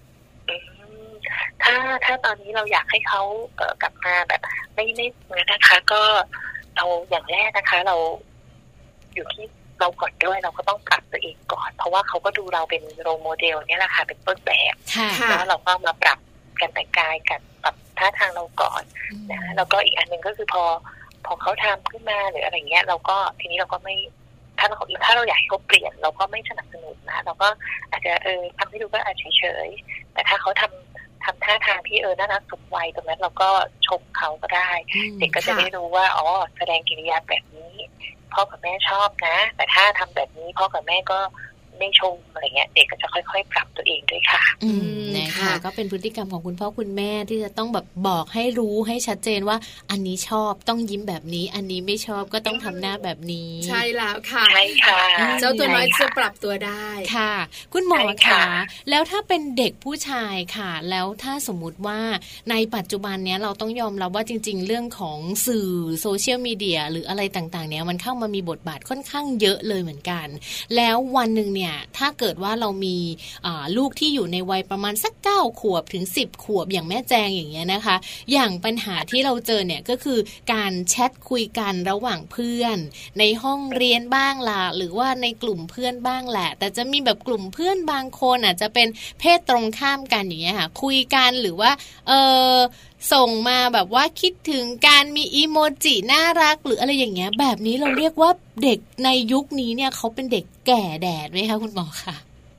ถ้าถ้าตอนนี้เราอยากให้เขาเอ่อกลับมาแบบไม่ไม่นะคะก็เราอย่างแรกนะคะเราอยู่ที่เราก่อนด้วยเราก็ต้องปรับตัวเองก่อนเพราะว่าเขาก็ดูเราเป็นโรลโมเดลเนี่ยแหละค่ะเป็นต้นแบบแล้วเราก็มาปรับการแต่งกายกันปรับท่าทางเราก่อนนะแล้วก็อีกอันหนึ่งก็คือพอพอเขาทำขึ้นมาหรืออะไรเงี้ยเราก็ทีนี้เราก็ไม่ถ้าเราถ้าเราอยากให้เขาเปลี่ยนเราก็ไม่สนับสนุนนะเราก็อาจจะเออทำให้ดูก็อาจเฉยๆแต่ถ้าเขาทำทำท่าทางที่เออน่ารักสมวัยตรงนั้นเราก็ชมเขาก็ได้เด็กก็จะได้รู้ว่าอ๋อแสดงกิริยาแบบนี้พ่อกับแม่ชอบนะแต่ถ้าทำแบบนี้พ่อกับแม่ก็ไม่ชมอะไรเงี้ยเด็กก็จะค่อยๆปรับตัวเองด้วยค่ะอืมนะคะก็เป็นพฤติกรรมของคุณพ่อคุณแม่ที่จะต้องแบบบอกให้รู้ให้ชัดเจนว่าอันนี้ชอบต้องยิ้มแบบนี้อันนี้ไม่ชอบก็ต้องทำหน้าแบบนี้ใช่แล้วค่ะใช่ค่ะเจ้าตัวน้อยจะปรับตัวได้ค่ะคุณหมอคะแล้วถ้าเป็นเด็กผู้ชายค่ะแล้วถ้าสมมุติว่าในปัจจุบันเนี้ยเราต้องยอมรับว่าจริงๆเรื่องของสื่อโซเชียลมีเดียหรืออะไรต่างๆเนี้ยมันเข้ามามีบทบาทค่อนข้างเยอะเลยเหมือนกันแล้ววันนึงเนี่ยถ้าเกิดว่าเรามีลูกที่อยู่ในวัยประมาณสักเก้าขวบถึงสิบขวบอย่างแม่แจงอย่างเงี้ยนะคะอย่างปัญหาที่เราเจอเนี่ยก็คือการแชทคุยกันระหว่างเพื่อนในห้องเรียนบ้างล่ะหรือว่าในกลุ่มเพื่อนบ้างแหละแต่จะมีแบบกลุ่มเพื่อนบางคนอาจจะเป็นเพศตรงข้ามกันอย่างเงี้ยค่ะคุยกันหรือว่าเออส่งมาแบบว่าคิดถึงการมีอีโมจิน่ารักหรืออะไรอย่างเงี้ยแบบนี้เราเรียกว่าเด็กในยุคนี้เนี่ยเขาเป็นเด็กแก่แดดไหมคะคุณหมอคะ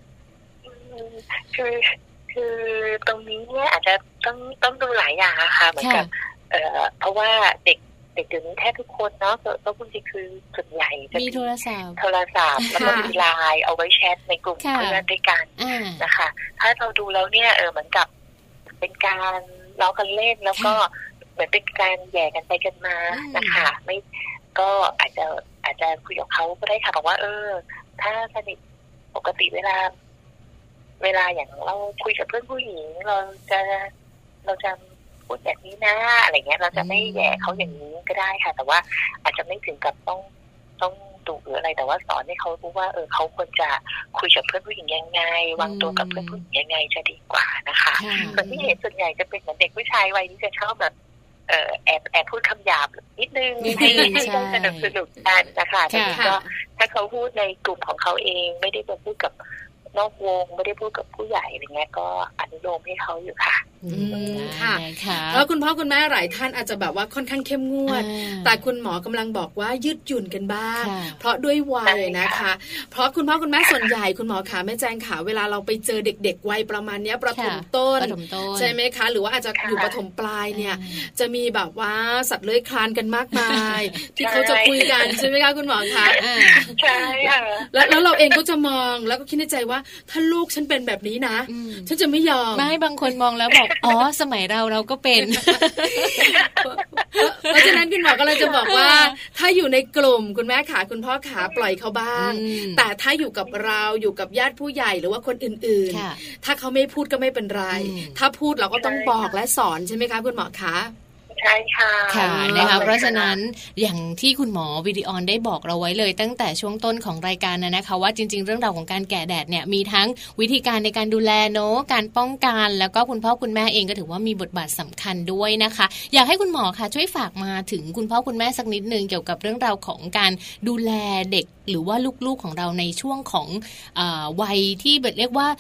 คือคือตรงนี้เนี่ยอาจจะต้องต้องดูหลายอย่างอะค่ะเหมือนกับเอ่อเพราะว่าเด็กเด็กเดี๋ยวนี้แทบทุกคนเนาะก็คุณจะคือส่วนใหญ่จะมีโทรศัพท์โทรศัพท์แล้วก็มีไลน์เอาไว้แชทในกลุ่มเพื่อนด้วยกันนะคะถ้าเราดูแล้วเนี่ยเออเหมือนกับเป็นการล้อกันเล่นแล้วก็เหมือนเป็นการแย่กันไปกันมานะคะไม่ก็อาจจะอาจจะคุยกับเขาก็ได้ค่ะบอกว่าเออถ้าสนิทปกติเวลาเวลาอย่างเราคุยกับเพื่อนผู้หญิงเราจะเราจะพูดแบบนี้นะอะไรเงี้ยเราจะไม่แย่เขาอย่างนี้ก็ได้ค่ะแต่ว่าอาจจะไม่ถึงกับต้องต้องดุหรืออะไรแต่ว่าสอนให้เขารู้ว่าเออเขาควรจะคุยกับเพื่อนผู้หญิงยังไงวางตัวกับเพื่อนผู้หญิงยังไงจะดีกว่านะคะส่วนที่เห็นส่วนใหญ่จะเป็นเหมือนเด็กผู้ชายวัยนี้จะชอบแบบเอ่อแอบแอบพูดคำหยาบนิดนึงให้ให้ได้สนุกสนุกกันนะคะแต่ก็ถ้าเขาพูดในกลุ่มของเขาเองไม่ได้ไปพูดกับนอกวงไม่ได้พูดกับผู้ใหญ่อะไรเงี้ยก็อนุโลมให้เขาอยู่ค่ะอืมค่ะแล้วคุณพ่อคุณแม่หลายท่านอาจจะแบบว่าค่อนข้างเข้มงวดแต่คุณหมอกำลังบอกว่ายืดหยุ่นกันบ้างเพราะด้วยวัยนะคะเพราะคุณพ่อคุณแม่ส่วนใหญ่คุณหมอขาแม่แจงขาเวลาเราไปเจอเด็กๆวัยประมาณนี้ประถมต้นใช่ไหมคะหรือว่าอาจจะอยู่ประถมปลายเนี่ยจะมีแบบว่าสัตว์เลื้อยคลานกันมากมายที่เขาจะคุยกันใช่ไหมคะคุณหมอคะใช่ค่ะแล้วแล้วเราเองก็จะมองแล้วก็คิดในใจว่าถ้าลูกฉันเป็นแบบนี้นะฉันจะไม่ยอมไม่บางคนมองแล้วบอกอ๋อสมัยเราเราก็เป็นเพราะฉะนั้นคุณหมอก็เลยจะบอกว่าถ้าอยู่ในกลุ่มคุณแม่ขาคุณพ่อขาปล่อยเขาบ้างแต่ถ้าอยู่กับเราอยู่กับญาติผู้ใหญ่หรือว่าคนอื่นๆถ้าเขาไม่พูดก็ไม่เป็นไรถ้าพูดเราก็ต้องบอกและสอนใช่ไหมคะคุณหมอคะใช่ค่ะค่ะนะคะเพราะฉะนั้นอย่างที่คุณหมอวิดีออนได้บอกเราไว้เลยตั้งแต่ช่วงต้นของรายการนะนะคะว่าจริงๆเรื่องราวของการแก่แดดเนี่ยมีทั้งวิธีการในการดูแลเนาะการป้องกันแล้วก็คุณพ่อคุณแม่เองก็ถือว่ามีบทบาทสำคัญด้วยนะคะอยากให้คุณหมอค่ะช่วยฝากมาถึงคุณพ่อคุณแม่สักนิดนึงเกี่ยวกับเรื่องราวของการดูแลเด็กหรือว่าลูกๆของเราในช่วงของเอ่อวัยที่แบบเรียกว่า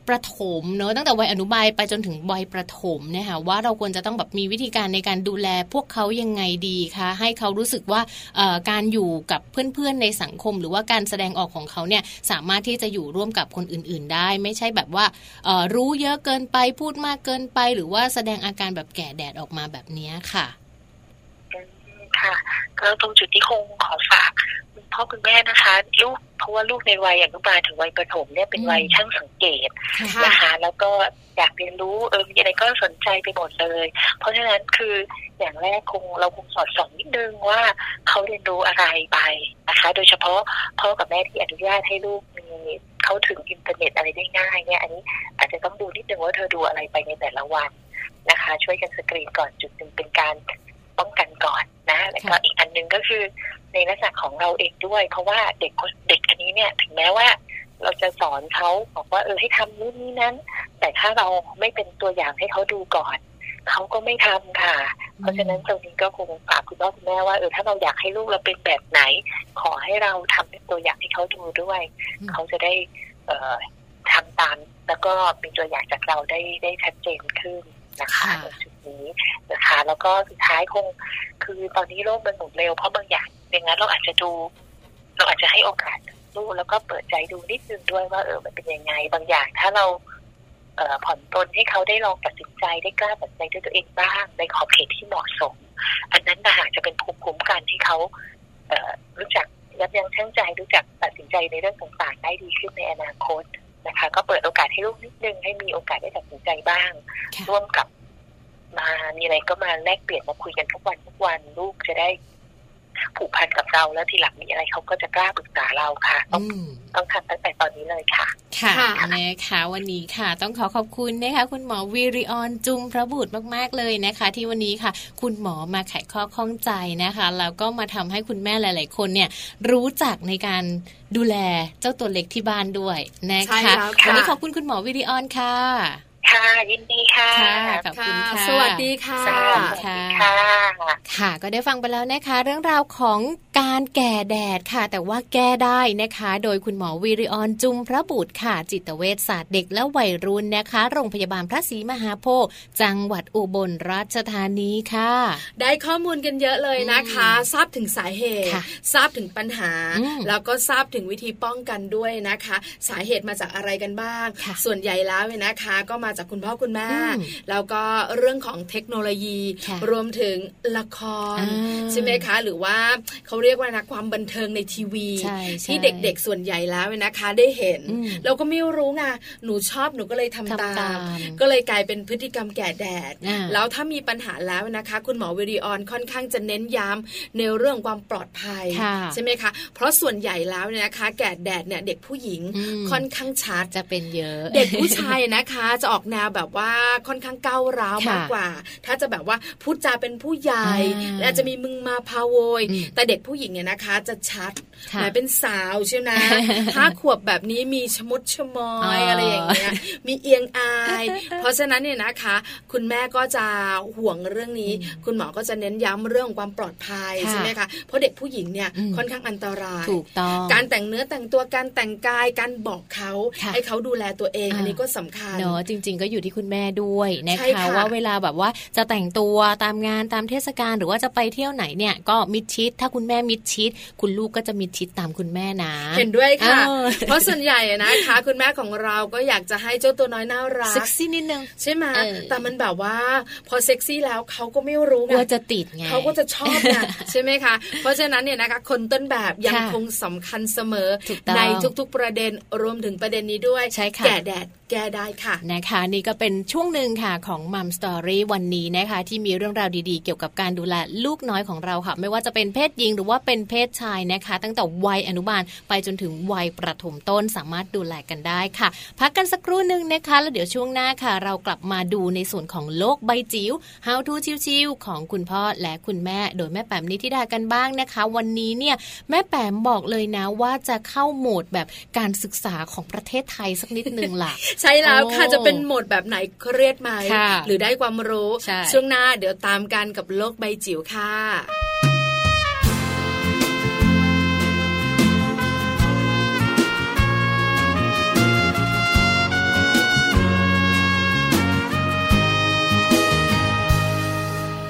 ประถมเนอะตั้งแต่วัยอนุบาลไปจนถึงวัยประถมเนี่ยค่ะว่าเราควรจะต้องแบบมีวิธีการในการดูแลพวกเขายังไงดีคะให้เขารู้สึกว่าการอยู่กับเพื่อนๆในสังคมหรือว่าการแสดงออกของเขาเนี่ยสามารถที่จะอยู่ร่วมกับคนอื่นๆได้ไม่ใช่แบบว่ารู้เยอะเกินไปพูดมากเกินไปหรือว่าแสดงอาการแบบแก่แดดออกมาแบบนี้ค่ะค่ะก็ตรงจุดที่คงขอฝากคุณพ่อคุณแม่นะคะลูกเพราะว่าลูกในวัยอนุบาลถึงวัยประถมเนี่ยเป็นวัยช่างสังเกตนะคะแล้วก็อยากเรียนรู้เออมีอะไรก็สนใจไปหมดเลยเพราะฉะนั้นคืออย่างแรกคงเราคงสอดส่องนิดนึงว่าเขาเรียนรู้อะไรไปนะคะโดยเฉพาะพ่อกับแม่ที่อนุญาตให้ลูกมีเข้าถึงอินเทอร์เน็ตอะไรได้ง่ายเนี่ยอันนี้อาจจะต้องดูนิดนึงว่าเธอดูอะไรไปในแต่ละวันนะคะช่วยกันสกรีนก่อนจุดหนึ่งเป็นการป้องกันก่อนนะแล้วก็อีกอันนึงก็คือในลักษณะของเราเองด้วยเพราะว่าเด็กเด็กอันนี้เนี่ยถึงแม้ว่าเราจะสอนเขาบอกว่าเออให้ทำนู่นนี่นั้นแต่ถ้าเราไม่เป็นตัวอย่างให้เขาดูก่อนเขาก็ไม่ทำค่ะเพราะฉะนั้นตรงนี้ก็คงฝากคุณพ่อคุณแม่ว่าเออถ้าเราอยากให้ลูกเราเป็นแบบไหนขอให้เราทำเป็นตัวอย่างให้เขาดูด้วยเขาจะได้เอ่อทำตามแล้วก็เป็นตัวอย่างจากเราได้ได้ชัดเจนขึ้นนะคะในจุดนี้นะคะแล้วก็สุดท้ายคงคือตอนนี้โลกมันหมุนเร็วเพราะบางอย่างอย่างนั้นเราอาจจะดูเราอาจจะให้โอกาสลูกแล้วก็เปิดใจดูนิดนึงด้วยว่าเออมันเป็นยังไงบางอย่างถ้าเราเอ่อผ่อนปลนให้เขาได้ลองตัดสินใจได้กล้าตัดสินใจด้วยตัวเองบ้างในขอบเขตที่เหมาะสมอันนั้นต่างหากจะเป็นภูมิคุ้มกันที่เขาเอ่อรู้จักยับยั้งชั่งใจรู้จักตัดสินใจในเรื่องต่างๆได้ดีขึ้นในอนาคตนะคะก็เปิดโอกาสให้ลูกนิดนึงให้มีโอกาสได้ตัดสินใจบ้างร่วมกับมามีอะไรก็มาแลกเปลี่ยนมาคุยกันทุกวันทุกวันลูกจะได้ผูกพันกับเราแล้วทีหลังมีอะไรเขาก็จะกล้าปรึกษาเราค่ะต้องต้องทำตั้งแต่ตอนนี้เลยค่ะค่ะนะคะวันนี้ค่ะต้องขอขอบคุณนะคะคุณหมอวิริออนจุมพระบุตรมากๆเลยนะคะที่วันนี้ค่ะคุณหมอมาไขข้อข้องใจนะคะแล้วก็มาทำให้คุณแม่หลายๆคนเนี่ยรู้จักในการดูแลเจ้าตัวเล็กที่บ้านด้วยนะคะวันนี้ขอบคุณคุณหมอวิริออนค่ะค่ะยินดีค่ะขอบคุณค่ะสวัสดีค่ะสวัสดีค่ะค่ะก็ได้ฟังไปแล้วนะคะเรื่องราวของการแก่แดดค่ะแต่ว่าแก้ได้นะคะโดยคุณหมอวิริออนจุมพระบุตรค่ะจิตเวชศาสตร์เด็กและวัยรุ่นนะคะโรงพยาบาลพระศรีมหาโพธิ์จังหวัดอุบลราชธานีค่ะได้ข้อมูลกันเยอะเลยนะคะทราบถึงสาเหตุทราบถึงปัญหาแล้วก็ทราบถึงวิธีป้องกันด้วยนะคะสาเหตุมาจากอะไรกันบ้างส่วนใหญ่แล้วเนี่ยนะคะก็มาจากคุณพ่อคุณแม่แล้วก็เรื่องของเทคโนโลยีรวมถึงละครใช่ไหมคะหรือว่าเขาเรียกว่านะความบันเทิงในทีวีที่เด็กๆส่วนใหญ่แล้วนะคะได้เห็นเราก็ไม่รู้ไงหนูชอบหนูก็เลยทำตามก็เลยกลายเป็นพฤติกรรมแก่แดดแล้วถ้ามีปัญหาแล้วนะคะคุณหมอวิริออนค่อนข้างจะเน้นย้ำในเรื่องความปลอดภัยใช่ไหมคะเพราะส่วนใหญ่แล้วเนี่ยนะคะแก่แดดเนี่ยเด็กผู้หญิงค่อนข้างชัดจะเป็นเยอะเด็กผู้ชายนะคะจะออกแนวแบบว่าค่อนข้างก้าวร้าวมากกว่าถ้าจะแบบว่าพูดจาเป็นผู้ใหญ่และจะมีมึงมาพาโวยแต่เด็กผู้หญิงเนี่ยนะคะจะชัดหมายเป็นสาวใช่ไหมห้าขวบแบบนี้มีชมุดชมอยอะไรอย่างเงี้ยมีเอียงอายเพราะฉะนั้นเนี่ยนะคะคุณแม่ก็จะห่วงเรื่องนี้คุณหมอก็จะเน้นย้ำเรื่องความปลอดภัยใช่ไหมคะเพราะเด็กผู้หญิงเนี่ยค่อนข้างอันตรายถูกต้องการแต่งเนื้อแต่งตัวการแต่งกายการบอกเขาให้เขาดูแลตัวเองอันนี้ก็สำคัญเนาะจริงๆก็อยู่ที่คุณแม่ด้วยนะคะว่าเวลาแบบว่าจะแต่งตัวตามงานตามเทศกาลหรือว่าจะไปเที่ยวไหนเนี่ยก็มิดชิดถ้าคุณแม่มิดชิดคุณลูกก็จะมิดชิดตามคุณแม่นะเห็นด้วยค่ะเพราะส่วนใหญ่นะคะคุณแม่ของเราก็อยากจะให้เจ้าตัวน้อยน่ารักเซ็กซี่นิดนึงใช่ไหมแต่มันแบบว่าพอเซ็กซี่แล้วเขาก็ไม่รู้ไงว่าจะติดไงเขาก็จะชอบไงใช่ไหมคะเพราะฉะนั้นเนี่ยนะคะคนต้นแบบยังคงสำคัญเสมอในทุกๆประเด็นรวมถึงประเด็นนี้ด้วยแก่แดดแก้ได้ค่ะนะคะนี่ก็เป็นช่วงหนึ่งค่ะของมัมสตอรี่วันนี้นะคะที่มีเรื่องราวดีๆเกี่ยวกับการดูแลลูกน้อยของเราค่ะไม่ว่าจะเป็นเพศหญิงหรือว่าเป็นเพศชายนะคะตั้งแต่วัยอนุบาลไปจนถึงวัยประถมต้นสามารถดูแลกันได้ค่ะพักกันสักครู่นึงนะคะแล้วเดี๋ยวช่วงหน้าค่ะเรากลับมาดูในส่วนของโลกใบจิ๋ว How to ชิวๆของคุณพ่อและคุณแม่โดยแม่แปมนิธิดากันบ้างนะคะวันนี้เนี่ยแม่แปมบอกเลยนะว่าจะเข้าโหมดแบบการศึกษาของประเทศไทยสักนิดนึงล่ะใช่แล้วค่ะจะเป็นโหมดแบบไหนเครียดไหมหรือได้ความรู้ช่วงหน้าเดี๋ยวตามกันกับโลกใบจิ๋วค่ะ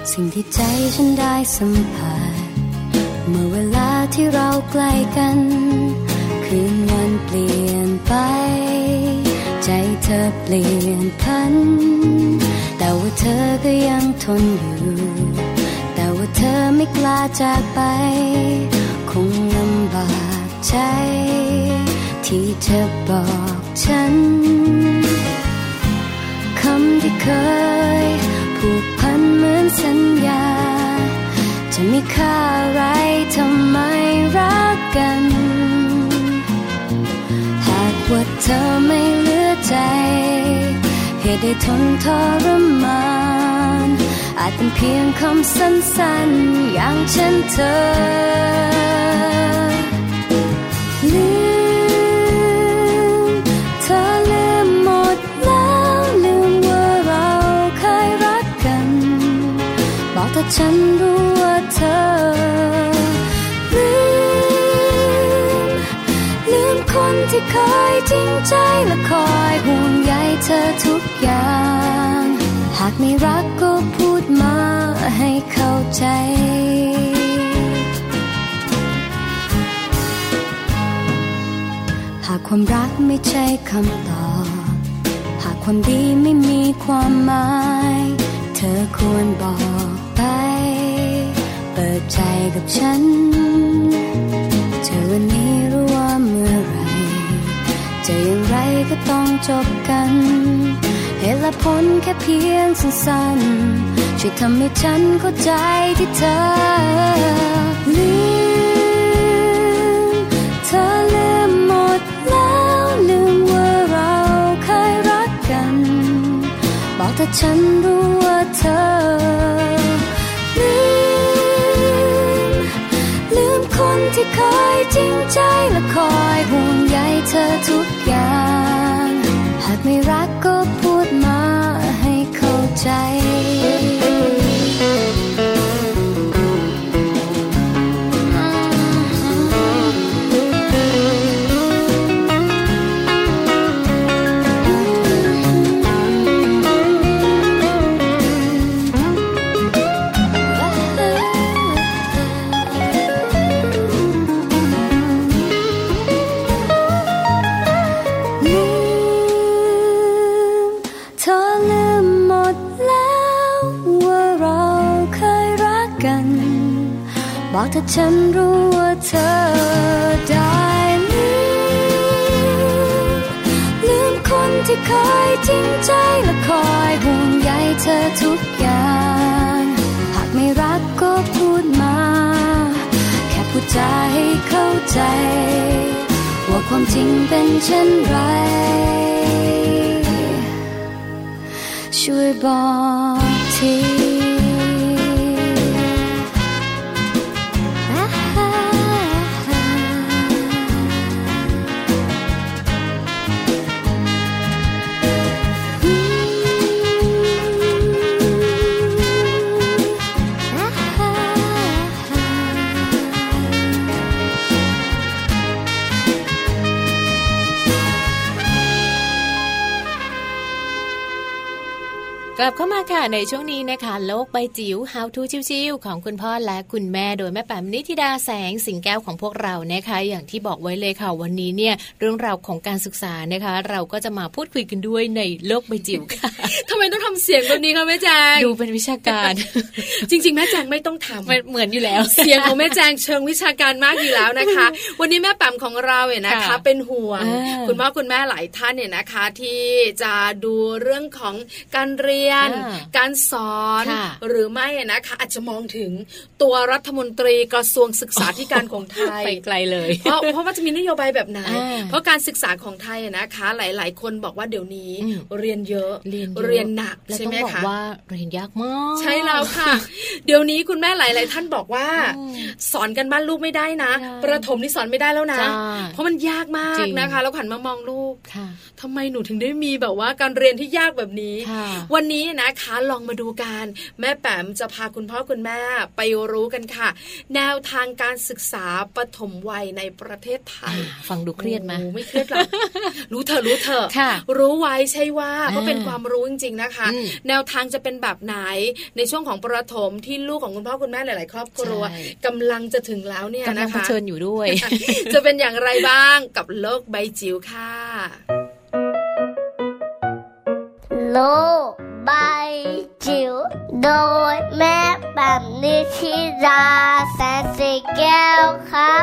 สิ่งที่ใจฉันได้สัมผัสเมื่อเวลาที่เราใกล้กันคืนวันเปลี่ยนไปใจเธอเปลี่ยนพันแต่ว่าเธอก็ยังทนอยู่แต่ว่าเธอไม่กล้าจากไปคงลำบากใจที่เธอบอกฉันคำที่เคยผูกพันเหมือนสัญญาจะมีค่าอะไรทำไมรักกันหากว่าเธอไม่เหลือใจเหตุได้ทนทรมานอาจเป็นเพียงคำสั้นๆอย่างเช่นเธอลืมเธอลืมหมดแล้วลืมว่าเราเคยรักกันบอกถ้าฉันรู้ว่าเธอลืมลืมคนที่เคยจริงใจและคอยห่วงใยเธอทุกอย่างหากไม่รักก็พูดมาให้เข้าใจหากความรักไม่ใช่คำตอบหากความดีไม่มีความหมายเธอควรบอกไปเปิดใจกับฉันเธอวันนี้รู้ว่าเมื่อไรจะอย่างไรก็ต้องจบกันเหตุและผลแค่เพียงสั้นๆช่วยทำให้ฉันเข้าใจที่เธอลืมเธอลืมหมดแล้วลืมว่าเราเคยรักกันบอกถ้าฉันรู้ว่าเธอลืมลืมคนที่เคยจริงใจและคอยห่วงใยเธอทุกอย่างหากไม่รักก็พูดมาให้เข้าใจ บอกถ้าฉันรู้ว่าเธอได้ลืมลืมคนที่เคยจริงใจและคอยห่วงใยเธอทุกอย่างหากไม่รักก็พูดมาแค่พูดจาให้เข้าใจว่าความจริงเป็นเช่นไรช่วยบอกทีกลับเข้ามาค่ะในช่วงนี้นะคะโลกใบจิ๋ว How to ชิวๆของคุณพ่อและคุณแม่โดยแม่แป๋มนิธิดาแสงสิงแก้วของพวกเรานะคะอย่างที่บอกไว้เลยค่ะวันนี้เนี่ยเรื่องราวของการศึกษานะคะเราก็จะมาพูดคุยกันด้วยในโลกใบจิ๋วค่ะทำไมต้องทำเสียงแบบนี้คะแม่แจงดูเป็นวิชาการจริงๆแม่แจงไม่ต้องทำเหมือนอยู่แล้วเสียงของแม่แจงเชิงวิชาการมากอยู่แล้วนะคะวันนี้แม่แป๋มของเราเนี่ยนะคะเป็นห่วงคุณพ่อคุณแม่หลายท่านเนี่ยนะคะที่จะดูเรื่องของการเรียนการสอนหรือไม่นะคะอาจจะมองถึงตัวรัฐมนตรีกระทรวงศึกษาธิการของไทยไปไกลเลยเพราะเพราะว่าจะมีนโยบายแบบไหนเพราะการศึกษาของไทยนะคะหลายๆคนบอกว่าเดี๋ยวนี้เรียนเยอะเรียนหนักใช่ไหมคะบอกว่าเรียนยากมากใช่แล้วค่ะเดี๋ยวนี้คุณแม่หลายๆท่านบอกว่าสอนกันบ้านลูกไม่ได้นะประถมนี่สอนไม่ได้แล้วนะเพราะมันยากมากนะคะแล้วหันมามองลูกทำไมหนูถึงได้มีแบบว่าการเรียนที่ยากแบบนี้วันนี้นี้นะคะลองมาดูกันแม่แป๋มจะพาคุณพ่อคุณแม่ไปรู้กันค่ะแนวทางการศึกษาปฐมวัยในประเทศไทยฟังดูเครียดไหมไม่เครียดหรอกรู้เถอะรู้เถอะรู้ไว้ใช่ว่าเพราะเป็นความรู้จริงๆนะคะแนวทางจะเป็นแบบไหนในช่วงของประถมที่ลูกของคุณพ่อคุณแม่หลายๆครอบครัวกำลังจะถึงแล้วเนี่ยนะคะกำลังเผชิญอยู่ด้วยจะเป็นอย่างไรบ้างกับโลกใบจิ๋วค่ะโลกใบจิ๋วโดยแม่แบบนิชิราแสนสีแก้วครับ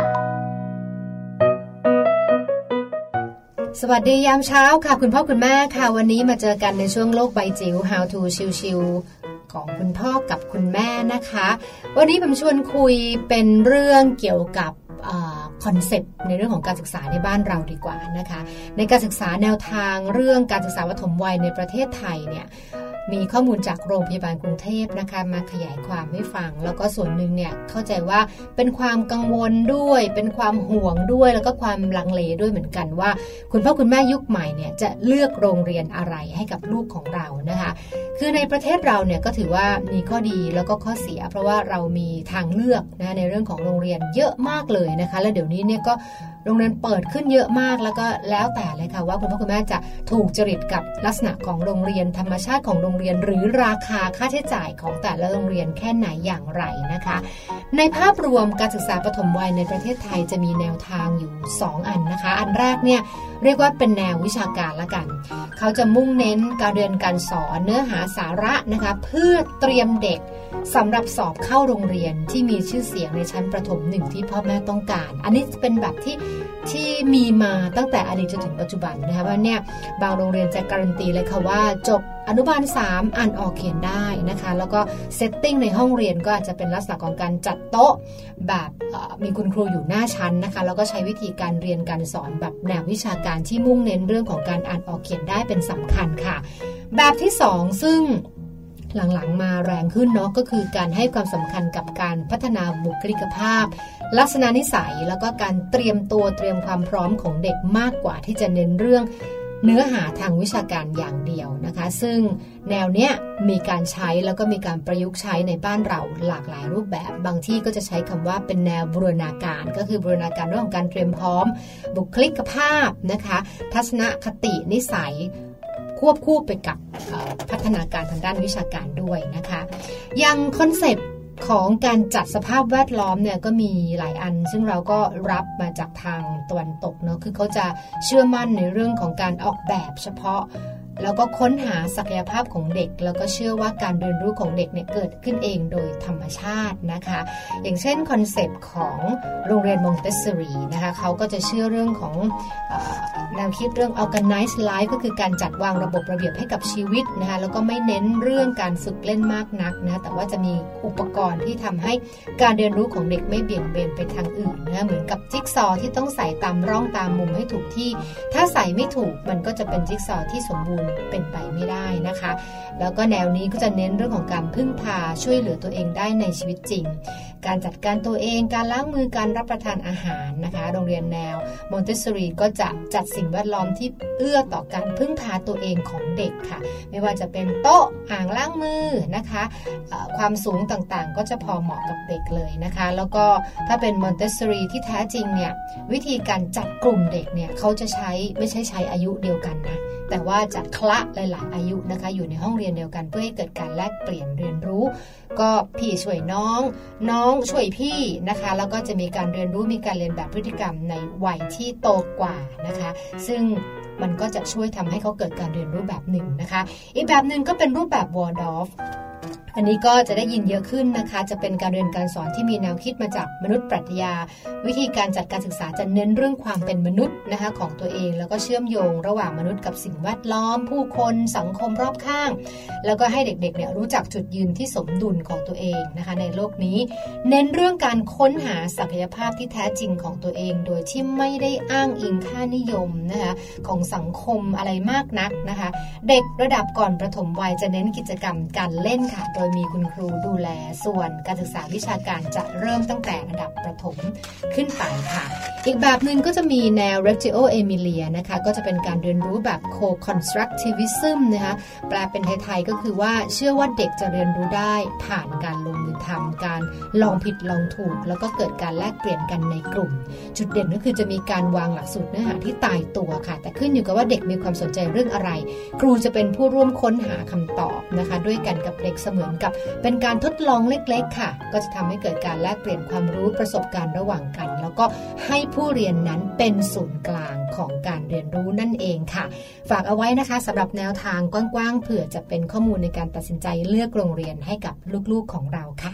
สวัสดียามเช้าค่ะคุณพ่อคุณแม่ค่ะวันนี้มาเจอกันในช่วงโลกใบจิ๋ว How to ชิวๆของคุณพ่อกับคุณแม่นะคะวันนี้ผมชวนคุยเป็นเรื่องเกี่ยวกับคอนเซปต์ในเรื่องของการศึกษาในบ้านเราดีกว่านะคะในการศึกษาแนวทางเรื่องการศึกษาปฐมวัยในประเทศไทยเนี่ยมีข้อมูลจากโรงพยาบาลกรุงเทพนะคะมาขยายความให้ฟังแล้วก็ส่วนหนึ่งเนี่ยเข้าใจว่าเป็นความกังวลด้วยเป็นความห่วงด้วยแล้วก็ความลังเลด้วยเหมือนกันว่าคุณพ่อคุณแม่ยุคใหม่เนี่ยจะเลือกโรงเรียนอะไรให้กับลูกของเรานะคะคือในประเทศเราเนี่ยก็ถือว่ามีข้อดีแล้วก็ข้อเสียเพราะว่าเรามีทางเลือกนะในเรื่องของโรงเรียนเยอะมากเลยนะคะและเดี๋ยวนี้เนี่ยก็โรงเรียนเปิดขึ้นเยอะมากแล้วก็แล้วแต่เลยค่ะว่าคุณพ่อคุณแม่จะถูกจริตกับลักษณะของโรงเรียนธรรมชาติของโรงเรียนหรือราคาค่าใช้จ่ายของแต่ละโรงเรียนแค่ไหนอย่างไรนะคะในภาพรวมการศึกษาปฐมวัยในประเทศไทยจะมีแนวทางอยู่สองอันนะคะอันแรกเนี่ยเรียกว่าเป็นแนววิชาการละกันเขาจะมุ่งเน้นการเรียนการสอนเนื้อหาสาระนะคะเพื่อเตรียมเด็กสำหรับสอบเข้าโรงเรียนที่มีชื่อเสียงในชั้นประถมหนึ่งที่พ่อแม่ต้องการอันนี้เป็นแบบที่ที่มีมาตั้งแต่อดีตจนถึงปัจจุบันนะคะว่าเนี่ยบางโรงเรียนจะการันตีเลยค่ะว่าจบอนุบาลสามอ่านออกเขียนได้นะคะแล้วก็เซตติ้งในห้องเรียนก็อาจจะเป็นลักษณะของการจัดโต๊ะแบบมีคุณครูอยู่หน้าชั้นนะคะแล้วก็ใช้วิธีการเรียนการสอนแบบแนววิชาการที่มุ่งเน้นเรื่องของการอ่านออกเขียนได้เป็นสำคัญค่ะแบบที่สองซึ่งหลังๆมาแรงขึ้นเนาะก็คือการให้ความสำคัญกับการพัฒนาบุคลิกภาพลักษณะนิสัยแล้วก็การเตรียมตัวเตรียมความพร้อมของเด็กมากกว่าที่จะเน้นเรื่องเนื้อหาทางวิชาการอย่างเดียวนะคะซึ่งแนวเนี้ยมีการใช้แล้วก็มีการประยุกต์ใช้ในบ้านเราหลากหลายรูปแบบบางที่ก็จะใช้คำว่าเป็นแนวบูรณาการก็คือบูรณาการเรื่องของการเตรียมพร้อมบุคลิกภาพนะคะทัศนคตินิสัยควบคู่ไปกับพัฒนาการทางด้านวิชาการด้วยนะคะอย่างคอนเซปต์ของการจัดสภาพแวดล้อมเนี่ยก็มีหลายอันซึ่งเราก็รับมาจากทางตะวันตกเนาะคือเขาจะเชื่อมั่นในเรื่องของการออกแบบเฉพาะแล้วก็ค้นหาศักยภาพของเด็กแล้วก็เชื่อว่าการเรียนรู้ของเด็กเนี่ยเกิดขึ้นเองโดยธรรมชาตินะคะอย่างเช่นคอนเซปต์ของโรงเรียนมองเตสซอรีนะคะเขาก็จะเชื่อเรื่องของเอ่อแนวคิดเรื่อง organized life ก็คือการจัดวางระบบระเบียบให้กับชีวิตนะคะแล้วก็ไม่เน้นเรื่องการฝึกเล่นมากนักนะแต่ว่าจะมีอุปกรณ์ที่ทำให้การเรียนรู้ของเด็กไม่เบี่ยงเบนไปทางอื่นนะเหมือนกับจิ๊กซอว์ที่ต้องใส่ตามร่องตามมุมให้ถูกที่ถ้าใส่ไม่ถูกมันก็จะเป็นจิ๊กซอว์ที่สมบูรณ์เป็นไปไม่ได้นะคะแล้วก็แนวนี้ก็จะเน้นเรื่องของการพึ่งพาช่วยเหลือตัวเองได้ในชีวิตจริงการจัดการตัวเองการล้างมือการรับประทานอาหารนะคะโรงเรียนแนวมอนเตสซอรีก็จะจัดสิ่งแวดล้อมที่เอื้อต่อการพึ่งพาตัวเองของเด็กค่ะไม่ว่าจะเป็นโต๊ะอ่างล้างมือนะคะความสูงต่างๆก็จะพอเหมาะกับเด็กเลยนะคะแล้วก็ถ้าเป็นมอนเตสซอรีที่แท้จริงเนี่ยวิธีการจัดกลุ่มเด็กเนี่ยเขาจะใช้ไม่ใช่ใช้อายุเดียวกันนะแต่ว่าจะคละหลายๆอายุนะคะอยู่ในห้องเรียนเดียวกันเพื่อให้เกิดการแลกเปลี่ยนเรียนรู้ก็พี่ช่วยน้องน้องช่วยพี่นะคะแล้วก็จะมีการเรียนรู้มีการเรียนแบบพฤติกรรมในวัยที่โตกว่านะคะซึ่งมันก็จะช่วยทำให้เขาเกิดการเรียนรู้แบบหนึ่งนะคะอีกแบบหนึ่งก็เป็นรูปแบบวอลดอร์ฟอันนี้ก็จะได้ยินเยอะขึ้นนะคะจะเป็นการเรียนการสอนที่มีแนวคิดมาจากมนุษย์ปรัชญาวิธีการจัดการศึกษาจะเน้นเรื่องความเป็นมนุษย์นะคะของตัวเองแล้วก็เชื่อมโยงระหว่างมนุษย์กับสิ่งแวดล้อมผู้คนสังคมรอบข้างแล้วก็ให้เด็กๆเนี่ยรู้จักจุดยืนที่สมดุลของตัวเองนะคะในโลกนี้เน้นเรื่องการค้นหาศักยภาพที่แท้จริงของตัวเองโดยที่ไม่ได้อ้างอิงค่านิยมนะคะของสังคมอะไรมากนักนะคะเด็กระดับก่อนประถมวัยจะเน้นกิจกรรมการเล่นค่ะโดยมีคุณครูดูแลส่วนการศึกษาวิชาการจะเริ่มตั้งแต่ระดับประถมขึ้นไปค่ะอีกแบบนึงก็จะมีแนว Reggio Emilia นะคะก็จะเป็นการเรียนรู้แบบ co-constructivism นะคะแปลเป็นไทยๆก็คือว่าเชื่อว่าเด็กจะเรียนรู้ได้ผ่านการลงมือทำการลองผิดลองถูกแล้วก็เกิดการแลกเปลี่ยนกันในกลุ่มจุดเด่นก็คือจะมีการวางหลักสูตรเนื้อหาที่ตายตัวค่ะแต่ขึ้นอยู่กับว่าเด็กมีความสนใจเรื่องอะไรครูจะเป็นผู้ร่วมค้นหาคำตอบนะคะด้วยกันกับเด็กเสมือนกับเป็นการทดลองเล็กๆค่ะก็จะทำให้เกิดการแลกเปลี่ยนความรู้ประสบการณ์ระหว่างกันแล้วก็ให้ผู้เรียนนั้นเป็นศูนย์กลางของการเรียนรู้นั่นเองค่ะฝากเอาไว้นะคะสำหรับแนวทางกว้างๆเผื่อจะเป็นข้อมูลในการตัดสินใจเลือกโรงเรียนให้กับลูกๆของเราค่ะ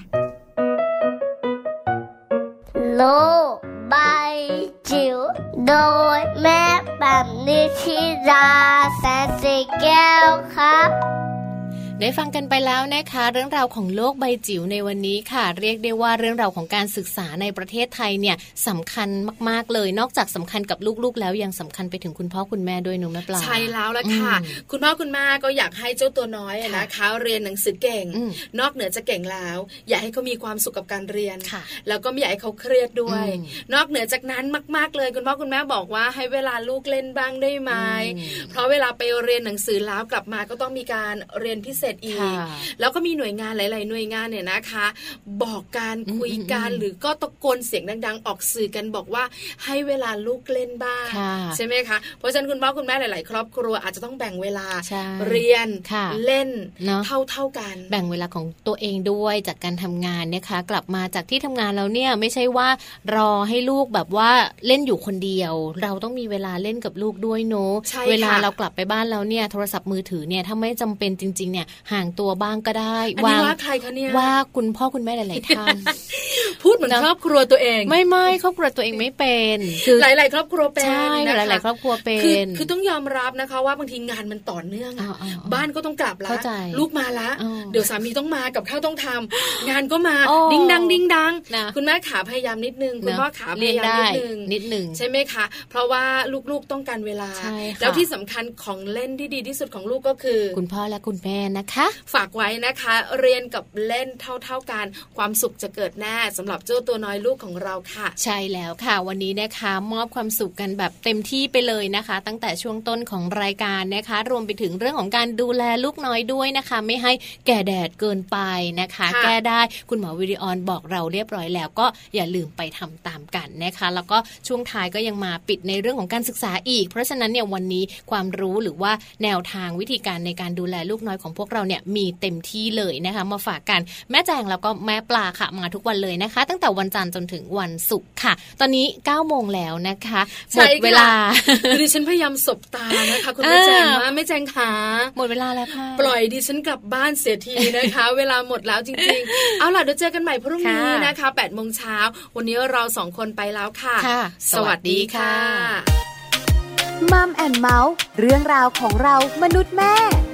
โลกใบจิ๋วโดยแม่แบบนิชิราแสนสีแก้วครับได้ฟังกันไปแล้วนะคะเรื่องราวของโลกใบจิ๋วในวันนี้ค่ะเรียกได้ว่าเรื่องราวของการศึกษาในประเทศไทยเนี่ยสำคัญมากๆเลยนอกจากสำคัญกับลูกๆแล้วยังสำคัญไปถึงคุณพ่อคุณแม่ด้วยหนูแม่ปลาใช่แล้วละค่ะคุณพ่อคุณแม่ก็อยากให้เจ้าตัวน้อยนะคะเรียนหนังสือเก่งนอกเหนือจะเก่งแล้วอยากให้เขามีความสุขกับการเรียนแล้วก็ไม่อยากให้เขาเครียดด้วยนอกเหนือจากนั้นมากๆเลยคุณพ่อคุณแม่บอกว่าให้เวลาลูกเล่นบ้างได้ไหมเพราะเวลาไปเรียนหนังสือแล้วกลับมาก็ต้องมีการเรียนพิเศษอีกแล้วก็มีหน่วยงานหลายๆหน่วยงานเนี่ยนะคะบอกการคุยกันหรือก็ตะโกนเสียงดังๆออกสื่อกันบอกว่าให้เวลาลูกเล่นบ้างใช่ไหมคะเพราะฉะนั้นคุณพ่อคุณแม่หลายๆครอบครัวอาจจะต้องแบ่งเวลาเรียนเล่นเท่าๆกันแบ่งเวลาของตัวเองด้วยจากการทำงานนะคะกลับมาจากที่ทำงานแล้วเนี่ยไม่ใช่ว่ารอให้ลูกแบบว่าเล่นอยู่คนเดียวเราต้องมีเวลาเล่นกับลูกด้วยเนอะเวลาเรากลับไปบ้านแล้วเนี่ยโทรศัพท์มือถือเนี่ยถ้าไม่จำเป็นจริงๆเนี่ยห่างตัวบ้างก็ได้อันนี้ว่าใครคะเนี่ยว่าคุณพ่อคุณแม่หลายๆท่านพูดเหมือนครอบครัวตัวเองไม่ไม่ครอบครัวตัวเองไม่เป็นคือหลายๆครอบครัวเป็นใช่หลายๆครอบครัวเป็นคือต้องยอมรับนะคะว่าบางทีงานมันต่อเนื่องบ้านก็ต้องกลับแล้วลูกมาแล้วเดี๋ยวสามีต้องมากับข้าวต้องทำงานก็มาดิ้งดังดิ้งดังคุณแม่ขาพยายามนิดนึงคุณพ่อขาพยายามนิดนึงนิดนึงใช่ไหมคะเพราะว่าลูกๆต้องการเวลาแล้วที่สำคัญของเล่นที่ดีที่สุดของลูกก็คือคุณพ่อและคุณแม่นะคะฝากไว้นะคะเรียนกับเล่นเท่าๆกันความสุขจะเกิดแน่สำหรับเจ้าตัวน้อยลูกของเราค่ะใช่แล้วค่ะวันนี้นะคะมอบความสุขกันแบบเต็มที่ไปเลยนะคะตั้งแต่ช่วงต้นของรายการนะคะรวมไปถึงเรื่องของการดูแลลูกน้อยด้วยนะคะไม่ให้แก่แดดเกินไปนะคะแก้ได้คุณหมอวิริออนบอกเราเรียบร้อยแล้วก็อย่าลืมไปทำตามกันนะคะแล้วก็ช่วงท้ายก็ยังมาปิดในเรื่องของการศึกษาอีกเพราะฉะนั้นเนี่ยวันนี้ความรู้หรือว่าแนวทางวิธีการในการดูแลลูกน้อยของพวกเราเนี่ยมีเต็มที่เลยนะคะมาฝากกันแม่แจงแล้วก็แม่ปลาค่ะมาทุกวันเลยนะคะตั้งแต่วันจันทร์จนถึงวันศุกร์ค่ะตอนนี้เก้าโมงแล้วนะคะหมดเวลาดิฉันพยายามสบตานะคะคุณแม่แจงว่าแม่แจงขาหมดเวลาแล้วค่ะปล่อยดิฉันกลับบ้านเสียทีนะคะเวลาหมดแล้วจริงๆเอาล่ะเดี๋ยวเจอกันใหม่พรุ่งนี้นะคะแปดโมงเช้าวันนี้เราสองคนไปแล้วค่ะสวัสดีค่ะมัมแอนด์เมาส์เรื่องราวของเรามนุษย์แม่